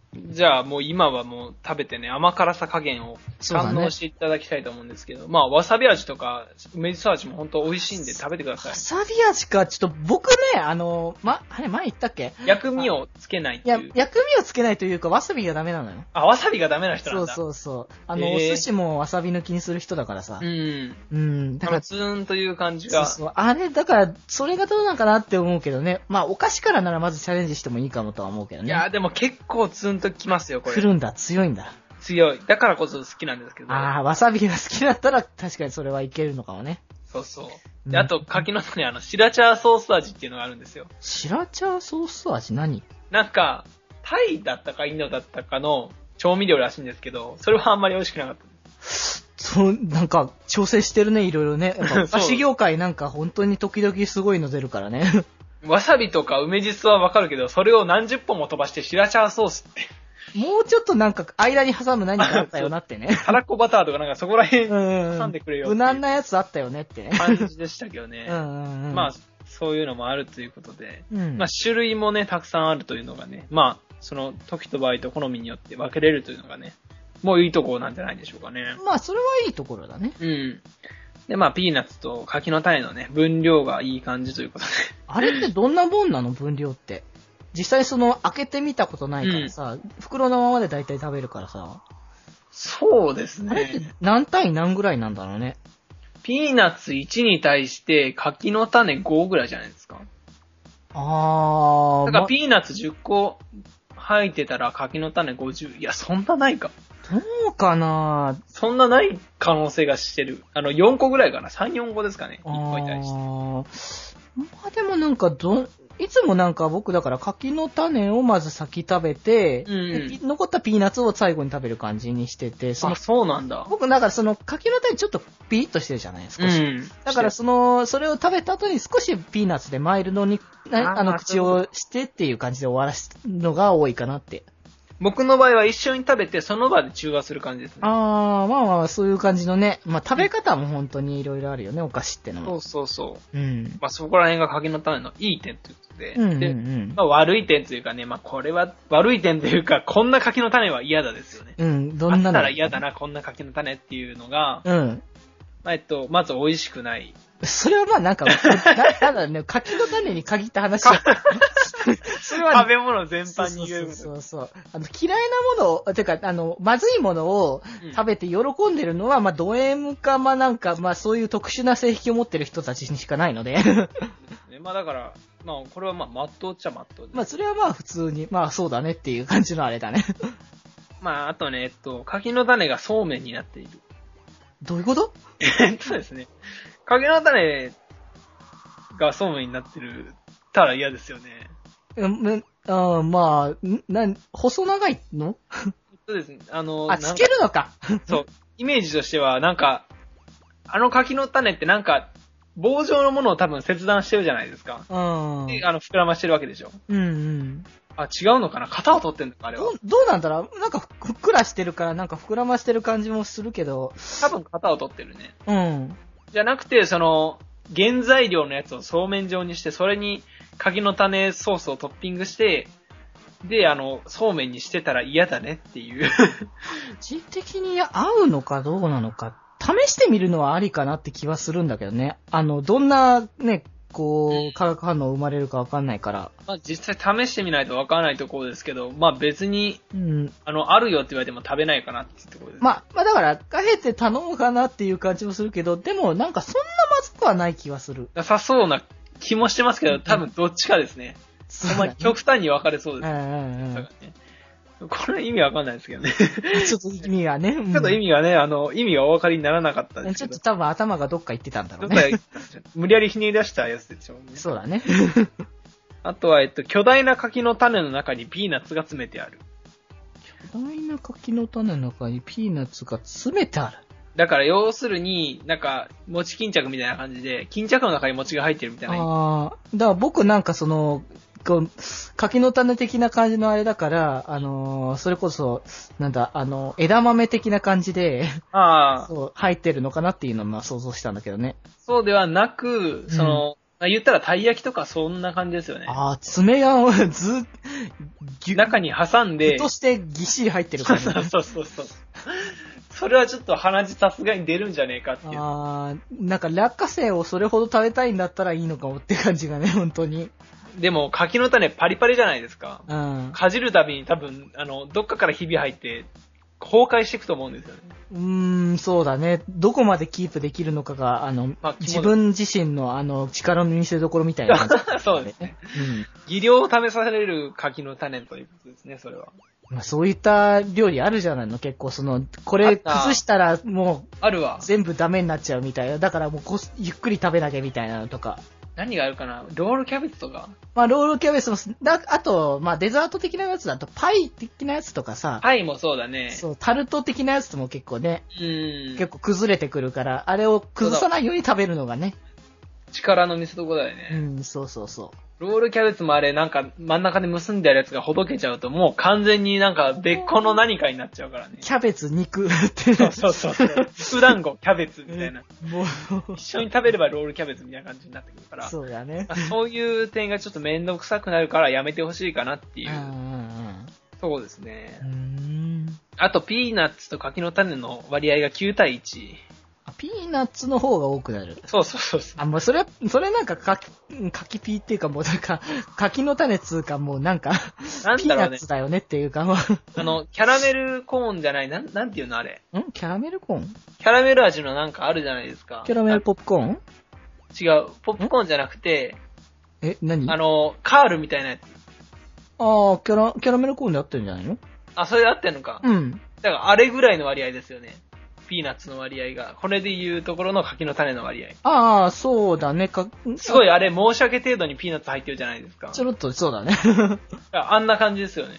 じゃあもう今はもう食べてね、甘辛さ加減を堪能していただきたいと思うんですけど、まあわさび味とか梅じそ味も本当美味しいんで食べてください。 わさび味か、ちょっと僕ね、あれ前言ったっけ？ 薬味をつけないっていう。 いや、薬味をつけないというか、わさびがダメなのよ。 あ、わさびがダメな人なんだ。 そう。お寿司もわさび抜きにする人だからさ。だから、 ツーンという感じが。 そう。あれ、だから、それがどうなんかなって思うけどね。まあ、お菓子からならまずチャレンジしてもいいかもとは思うけどね。 いや、でも結構ツーンときますよ、これ。 来るんだ、強いんだ。 強い。だからこそ好きなんですけど。 ああ、わさびが好きだったら、確かにそれはいけるのかもね。 そう。で、あと、柿の種、シラチャーソース味っていうのがあるんですよ。 シラチャーソース味何？ なんか、タイだったかインドだったかの調味料らしいんですけど、それはあんまり美味しくなかったです。 そう、なんか、調整してるね、いろいろね。やっぱお菓子業界なんか本当に時々すごいの出るからね。 わさびとか梅じそはわかるけど、それを何十本も飛ばしてシラチャーソースって。 もうちょっとなんか間に挟む何かあったよなってね。 たらこバターとかなんかそこら辺挟んでくれよ。 無難なやつあったよねってね。 感じでしたけどね。まあ、そういうのもあるということで。まあ、種類もね、たくさんあるというのがね。まあ、その時と場合と好みによって分けれるというのがね。もういいところなんじゃないでしょうかね。 まあ、それはいいところだね。 で、まあ、ピーナッツと柿の種のね、分量がいい感じということで。 あれってどんなもんなの？分量って。実際開けてみたことないからさ、袋のままで大体食べるからさ。 そうですね。 あれって何対何ぐらいなんだろうね。 ピーナッツ1に対して柿の種5ぐらいじゃないですか。だからピーナッツ10個入ってたら柿の種50。いや、そんなないか。 どうかな？ そんなない可能性がしてる。4個ぐらいかな。3、4個ですかね。1個に対して。 まあでもなんかいつもなんか僕だから柿の種をまず先食べて、残ったピーナッツを最後に食べる感じにしてて、 そうなんだ。 僕だから柿の種ちょっとピリッとしてるじゃない少し。だからそれを食べた後に少しピーナッツでマイルドに、口をしてっていう感じで終わらすのが多いかなって。 僕の場合は一緒に食べてその場で中和する感じですね。 まあそういう感じのね。まあ食べ方も本当にいろいろあるよね、お菓子ってのも。 そう。まあそこら辺が柿の種のいい点ということで。で、まあ悪い点というかね、まあこれは悪い点というか、こんな柿の種は嫌だですよね。 どんなの？ あったら嫌だな、こんな柿の種っていうのが、まず美味しくない。 それはまあなんか、ただね、柿の種に限った話だ。 それは食べ物全般に言える。 そう。嫌いなものを、てか、まずいものを食べて喜んでるのは、まあ、ド M か、まあなんか、まあそういう特殊な性癖を持ってる人たちにしかないので。 まあだから、まあこれはまあ、まっとうっちゃまっとうです。 まあそれはまあ普通に、まあそうだねっていう感じのあれだね。 まああとね、柿の種がそうめんになっている。 どういうこと？ ですね。柿の種がそうめんになってるたら嫌ですよね。 まあ、細長いの？ そうですね。 つけるのか。 そう。イメージとしては、なんか、柿の種ってなんか、棒状のものを多分切断してるじゃないですか。で、膨らましてるわけでしょ。違うのかな？型を取ってんのかあれは。 どうなんだろう？なんかふっくらしてるから、なんか膨らましてる感じもするけど。 多分型を取ってるね。じゃなくて、原材料のやつをそうめん状にして、それに柿の種ソースをトッピングして、で、そうめんにしてたら嫌だねっていう。 人的に合うのかどうなのか、試してみるのはありかなって気はするんだけどね。どんなね、化学反応生まれるかわかんないから。 まあ実際試してみないとわからないところですけど、まあ別に、あるよって言われても食べないかなっていうところです。 まあだから、あえて頼むかなっていう感じもするけど、でもなんかそんなまずくはない気はする。 なさそうな気もしてますけど、多分どっちかですね。ほんまに極端に分かれそうです。これ意味わかんないですけどね。 ちょっと意味がね。 ちょっと意味がね、意味がお分かりにならなかったですけど。 ちょっと多分頭がどっか行ってたんだろうね。 無理やりひねり出したやつでしょうね。 そうだね。 あとは、巨大な柿の種の中にピーナッツが詰めてある。 巨大な柿の種の中にピーナッツが詰めてある。 だから要するに、なんか、餅巾着みたいな感じで、巾着の中に餅が入ってるみたいな。 だから僕なんか柿の種的な感じのあれだから、それこそ、枝豆的な感じで、そう、入ってるのかなっていうのを想像したんだけどね。 そうではなく、 言ったらたい焼きとかそんな感じですよね。 ああ、爪が中に挟んで。 としてぎっしり入ってる感じ、ね。 そう。それはちょっと鼻血さすがに出るんじゃねえかっていう。 ああ、なんか落花生をそれほど食べたいんだったらいいのかもって感じがね、本当に。 でも、柿の種パリパリじゃないですか。 うん。 かじるたびに多分、どっかからひび入って、崩壊していくと思うんですよね。 そうだね。どこまでキープできるのかが、自分自身の力の見せ所みたいな感じ。 そうですね。技量を試される柿の種ということですね、それは。 まあ、そういった料理あるじゃないの、結構これ崩したらもう、 あるわ。 全部ダメになっちゃうみたいな。だからもうゆっくり食べなきゃみたいなのとか。 何があるかな？ロールキャベツとか？ まあ、ロールキャベツも、あと、まあ、デザート的なやつだと、パイ的なやつとかさ。 パイもそうだね。 そう、タルト的なやつとも結構ね。 結構崩れてくるから、あれを崩さないように食べるのがね。 力の見せ所だよね。 そう。 ロールキャベツもあれ、なんか真ん中で結んであるやつがほどけちゃうと、もう完全になんか別個の何かになっちゃうからね。 キャベツ、肉って。 そう。肉団子、キャベツみたいな。もう一緒に食べればロールキャベツみたいな感じになってくるから。 そうだね。 そういう点がちょっとめんどくさくなるからやめてほしいかなっていう。そうですね。あと、ピーナッツと柿の種の割合が9対1。 ピーナッツの方が多くなる。 そう。 もうそれなんか柿ピーっていうかもうなんか、柿の種つうかもうなんか、ピーナッツだよねっていうかもう。 キャラメルコーンじゃない、なんていうのあれ。 キャラメルコーン？ キャラメル味のなんかあるじゃないですか。 キャラメルポップコーン？ 違う。ポップコーンじゃなくて、 何？ カールみたいなやつ。 ああ、キャラメルコーンで合ってるんじゃないの？ あ、それで合ってんのか。だからあれぐらいの割合ですよね。ピーナッツの割合が。これで言うところの柿の種の割合。 ああ、そうだね。 すごいあれ申し訳程度にピーナッツ入ってるじゃないですか。 ちょろっと、そうだね。 あんな感じですよね。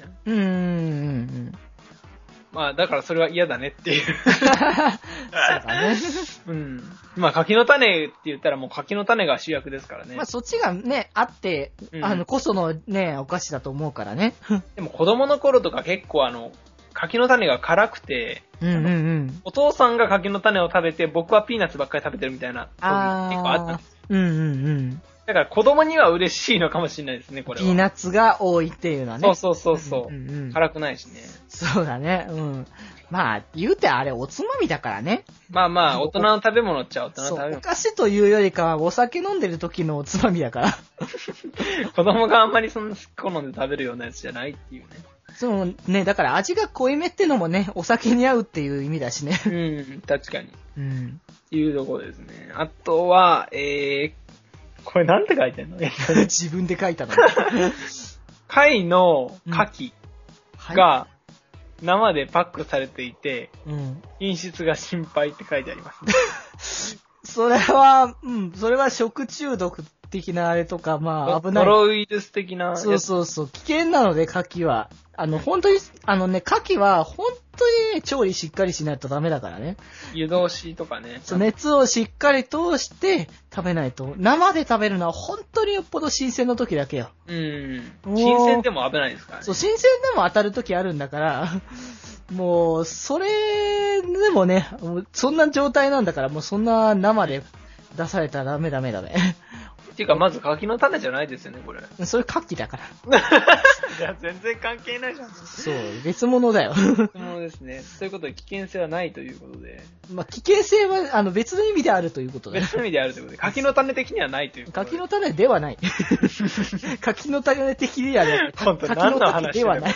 まあ、だからそれは嫌だねっていう。そうだね。 まあ、柿の種って言ったらもう柿の種が主役ですからね。 まあ、そっちがね、あって、こそのね、お菓子だと思うからね。 でも子供の頃とか結構柿の種が辛くて、お父さんが柿の種を食べて、僕はピーナッツばっかり食べてるみたいな、結構あったんです。だから子供には嬉しいのかもしれないですね、これは。 ピーナッツが多いっていうのはね。 そう。辛くないしね。 そうだね。まあ、言うてあれおつまみだからね。 まあ、大人の食べ物っちゃ大人の食べ物。 お菓子というよりかは、お酒飲んでる時のおつまみだから。 子供があんまりそんな好んで食べるようなやつじゃないっていうね。 そうね、だから味が濃いめってのもね、お酒に合うっていう意味だしね。 確かに。いうところですね。あとは、これなんて書いてんの？ 自分で書いたの。 貝の牡蠣が生でパックされていて、品質が心配って書いてありますね。 それは食中毒的なあれとか、まあ危ない。 ノロウイルス的な。 そう。危険なので、牡蠣は。本当に、牡蠣は本当にね、調理しっかりしないとダメだからね。 湯通しとかね。 熱をしっかり通して食べないと。生で食べるのは本当によっぽど新鮮の時だけよ。 新鮮でも危ないですからね。 そう、新鮮でも当たる時あるんだから、もう、それでもね、そんな状態なんだから、もうそんな生で出されたらダメ。 っていうか、まず柿の種じゃないですよね、これ。 それ牡蠣だから。 いや、全然関係ないじゃん。 そう、別物だよ。 別物ですね。そういうことで危険性はないということで。 まあ、危険性は、別の意味であるということだ。 別の意味であるということで。柿の種的にはないということで。 柿の種ではない。柿の種的にはね、 本当何の話ではない。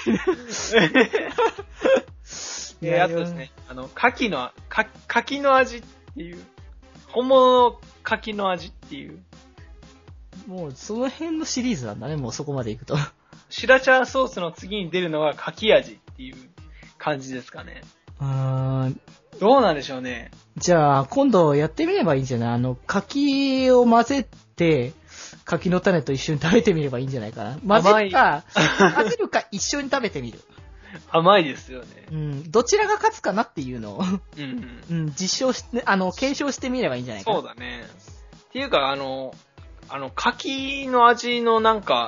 あとですね、柿の味っていう、本物の柿の味っていう。 もう、その辺のシリーズなんだね、もうそこまでいくと。 シラチャーソースの次に出るのが柿味っていう感じですかね。どうなんでしょうね。 じゃあ、今度やってみればいいんじゃない？柿を混ぜて、柿の種と一緒に食べてみればいいんじゃないかな。混ぜるか一緒に食べてみる。 甘いですよね。どちらが勝つかなっていうのを、実証して、検証してみればいいんじゃないかな。 そうだね。っていうか、柿の味のなんか、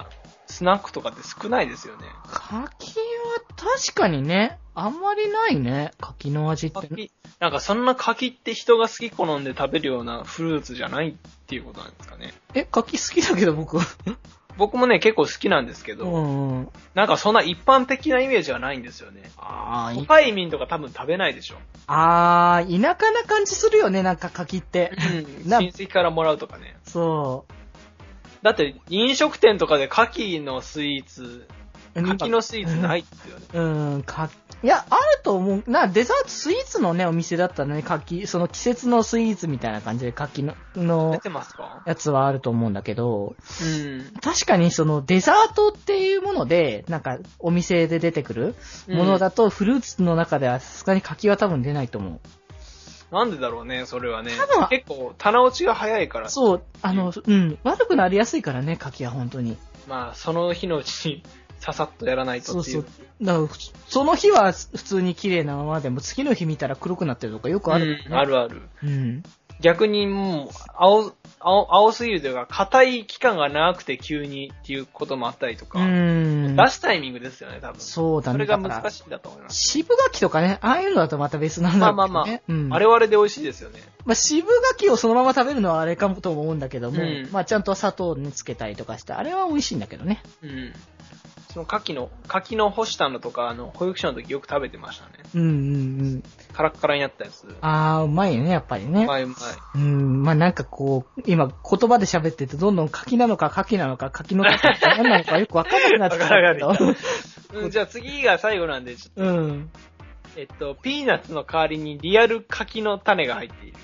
スナックとかって少ないですよね。 柿は確かにね、あんまりないね、柿の味って。 なんかそんな柿って人が好き好んで食べるようなフルーツじゃないっていうことなんですかね。 柿好きだけど僕は。 僕もね、結構好きなんですけど、なんかそんな一般的なイメージがないんですよね。都会民とか多分食べないでしょ。 田舎な感じするよね、なんか柿って。 親戚からもらうとかね。 そう。 だって飲食店とかで牡蠣のスイーツ、柿のスイーツないってよね。 いや、あると思う。デザートスイーツのね、お店だったらね、その季節のスイーツみたいな感じで柿の出てますか？ やつはあると思うんだけど、確かにそのデザートっていうもので、なんかお店で出てくるものだと、フルーツの中ではさすがに柿は多分出ないと思う。 なんでだろうね、それはね。結構、棚落ちが早いから。 そう、悪くなりやすいからね、柿は本当に。 まあ、その日のうちに、ささっとやらないとっていう。そう。 だからその日は普通に綺麗なままでも、次の日見たら黒くなってるとかよくある、 ね。あるある。逆にもう、青すぎるというか、硬い期間が長くて急にっていうこともあったりとか。出すタイミングですよね、多分。 そうだね。 それが難しいんだと思います。 渋柿とかね、ああいうのだとまた別なんだろうけどね。 あれはあれで美味しいですよね。 渋柿をそのまま食べるのはあれかもと思うんだけども、ちゃんと砂糖をね、つけたりとかして、あれは美味しいんだけどね。 その柿の干したのとか、保育所の時よく食べてましたね。カラッカラになったやつ。 うまいよね、やっぱりね。 うまい。 なんかこう、今言葉で喋ってて、どんどん柿なのか柿なのか柿の柿って何なのかよくわかんなくなってきたけど。 じゃあ次が最後なんで、ちょっと。ピーナッツの代わりにリアル柿の種が入っている。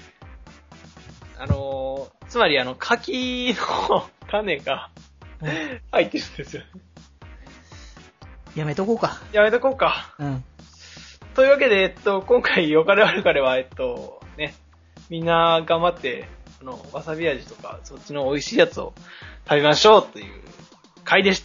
つまり柿の種が入ってるんですよ。 やめとこうか。 というわけで、今回、よかれ悪かれは、みんな頑張って、わさび味とか、そっちの美味しいやつを食べましょうという回でした。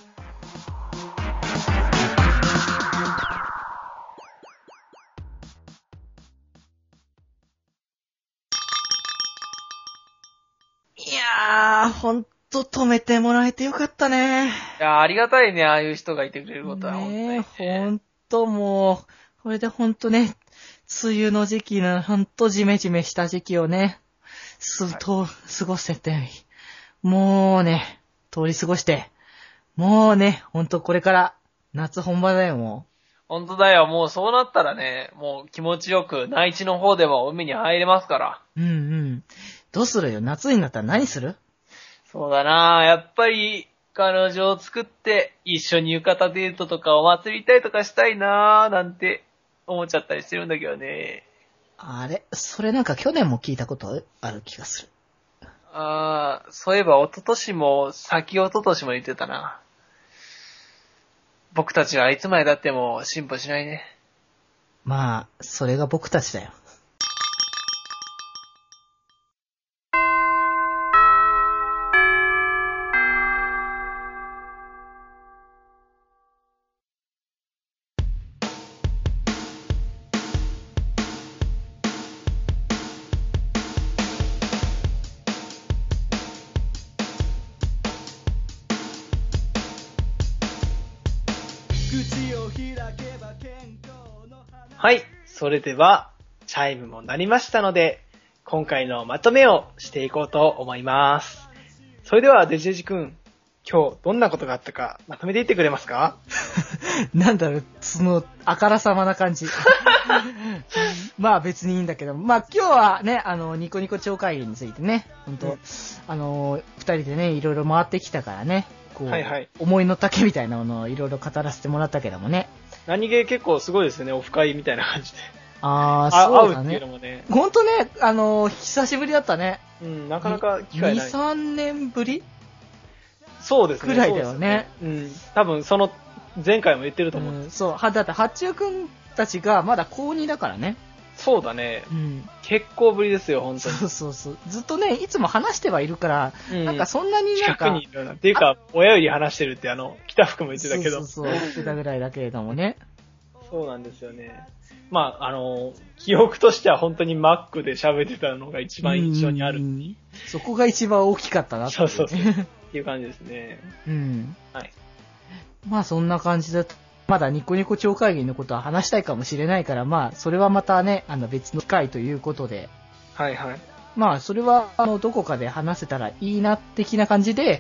いやー、ほんと止めてもらえてよかったね。 いやー、ありがたいね、ああいう人がいてくれることは。 ほんともう、これでほんとね、梅雨の時期のほんとジメジメした時期をね、過ごせて、もうね、通り過ごして、もうね、ほんとこれから夏本番だよ、もう。 ほんとだよ、もうそうなったらね、もう気持ちよく内地の方でも海に入れますから。 どうするよ、夏になったら何する？ そうだな、やっぱり彼女を作って一緒に浴衣デートとかお祭り行ったりとかしたいなーなんて思っちゃったりしてるんだけどね。 あれ、それなんか去年も聞いたことある気がする。 そういえば一昨年も先一昨年も言ってたな。僕たちはいつまで経っても進歩しないね。 まあ、それが僕たちだよ。 はい。それでは、チャイムも鳴りましたので、今回のまとめをしていこうと思います。それでは、デジデジ君、今日どんなことがあったかまとめていってくれますか？ なんだろう、その、あからさまな感じ。まあ別にいいんだけど、まあ今日はね、ニコニコ超会議についてね、本当、二人でね、いろいろ回ってきたからね、こう、思いの丈みたいなものをいろいろ語らせてもらったけどもね。 何気結構すごいですよね、オフ会みたいな感じで。 そうだね。 会うっていうのもね。 ほんとね、久しぶりだったね。 なかなか機会ない。 2、3年ぶりそうですね。 くらいだよね。 多分その、前回も言ってると思う。 そう。だって、八中くんたちがまだ高2だからね。 そうだね。結構ぶりですよ、本当に。 そう。ずっとね、いつも話してはいるから、なんかそんなになんか。 近くにいるような。っていうか、親より話してるって北福も言ってたけど。 そう、言ってたぐらいだけれどもね。 そうなんですよね。まあ、記憶としては本当に Mac で喋ってたのが一番印象にある。 そこが一番大きかったなって。 そう。 っていう感じですね。 うん。 はい。 まあそんな感じだと、まだニコニコ超会議のことは話したいかもしれないから、まあそれはまたね、別の機会ということで。 はいはい。 まあそれは、どこかで話せたらいいな、的な感じで、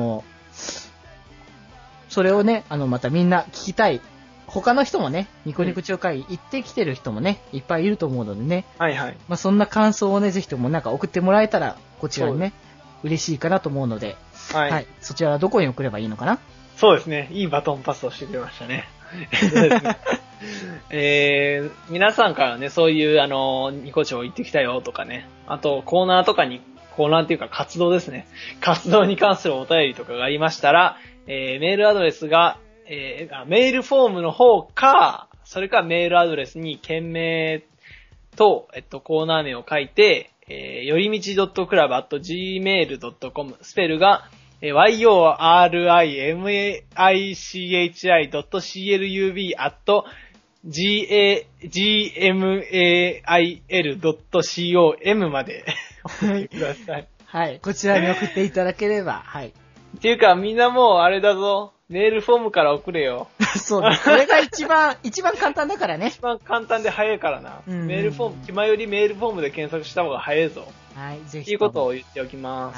それをね、またみんな聞きたい。他の人もね、ニコニコ超会議行ってきてる人もね、いっぱいいると思うのでね。 はいはい。 まあそんな感想をね、ぜひともなんか送ってもらえたら、こちらにね、嬉しいかなと思うので。 はい。 はい。そちらはどこに送ればいいのかな？ そうですね。いいバトンパスをしてくれましたね。そうですね。皆さんからね、そういうニコ超行ってきたよとかね。あと、コーナーっていうか活動ですね。活動に関するお便りとかがありましたら、メールアドレスが、メールフォームの方か、それかメールアドレスに件名と、コーナー名を書いて、よりみち .club@gmail.com スペルが、yorimichi.club@gmail.com まで送ってください。 はい。こちらに送っていただければ、はい。 っていうか、みんなもうあれだぞ。メールフォームから送れよ。 そうです。これが一番簡単だからね。 一番簡単で早いからな。メールフォーム、気まよりメールフォームで検索した方が早いぞ。 はい、ぜひ。 っていうことを言っておきます。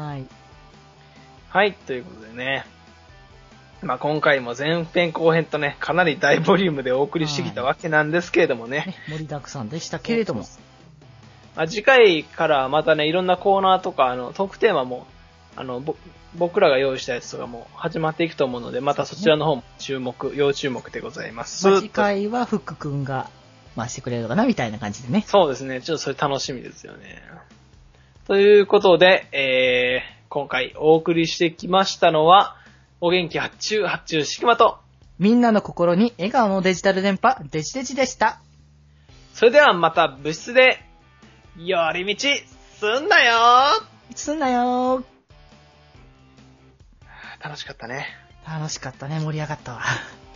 はい、ということでね。まあ今回も前編後編とね、かなり大ボリュームでお送りしてきたわけなんですけれどもね。 盛りだくさんでしたけれども。 まあ、次回からまたね、いろんなコーナーとか、トークテーマも、僕らが用意したやつとかも始まっていくと思うので、またそちらの方も要注目でございます。 次回はフックくんが回してくれるのかなみたいな感じでね。 そうですね。ちょっとそれ楽しみですよね。ということで、今回お送りしてきましたのは、お元気発注しきまと、 みんなの心に笑顔のデジタル電波、デジデジでした。 それではまた部室で、寄り道すんなよー。楽しかったね。 盛り上がったわ。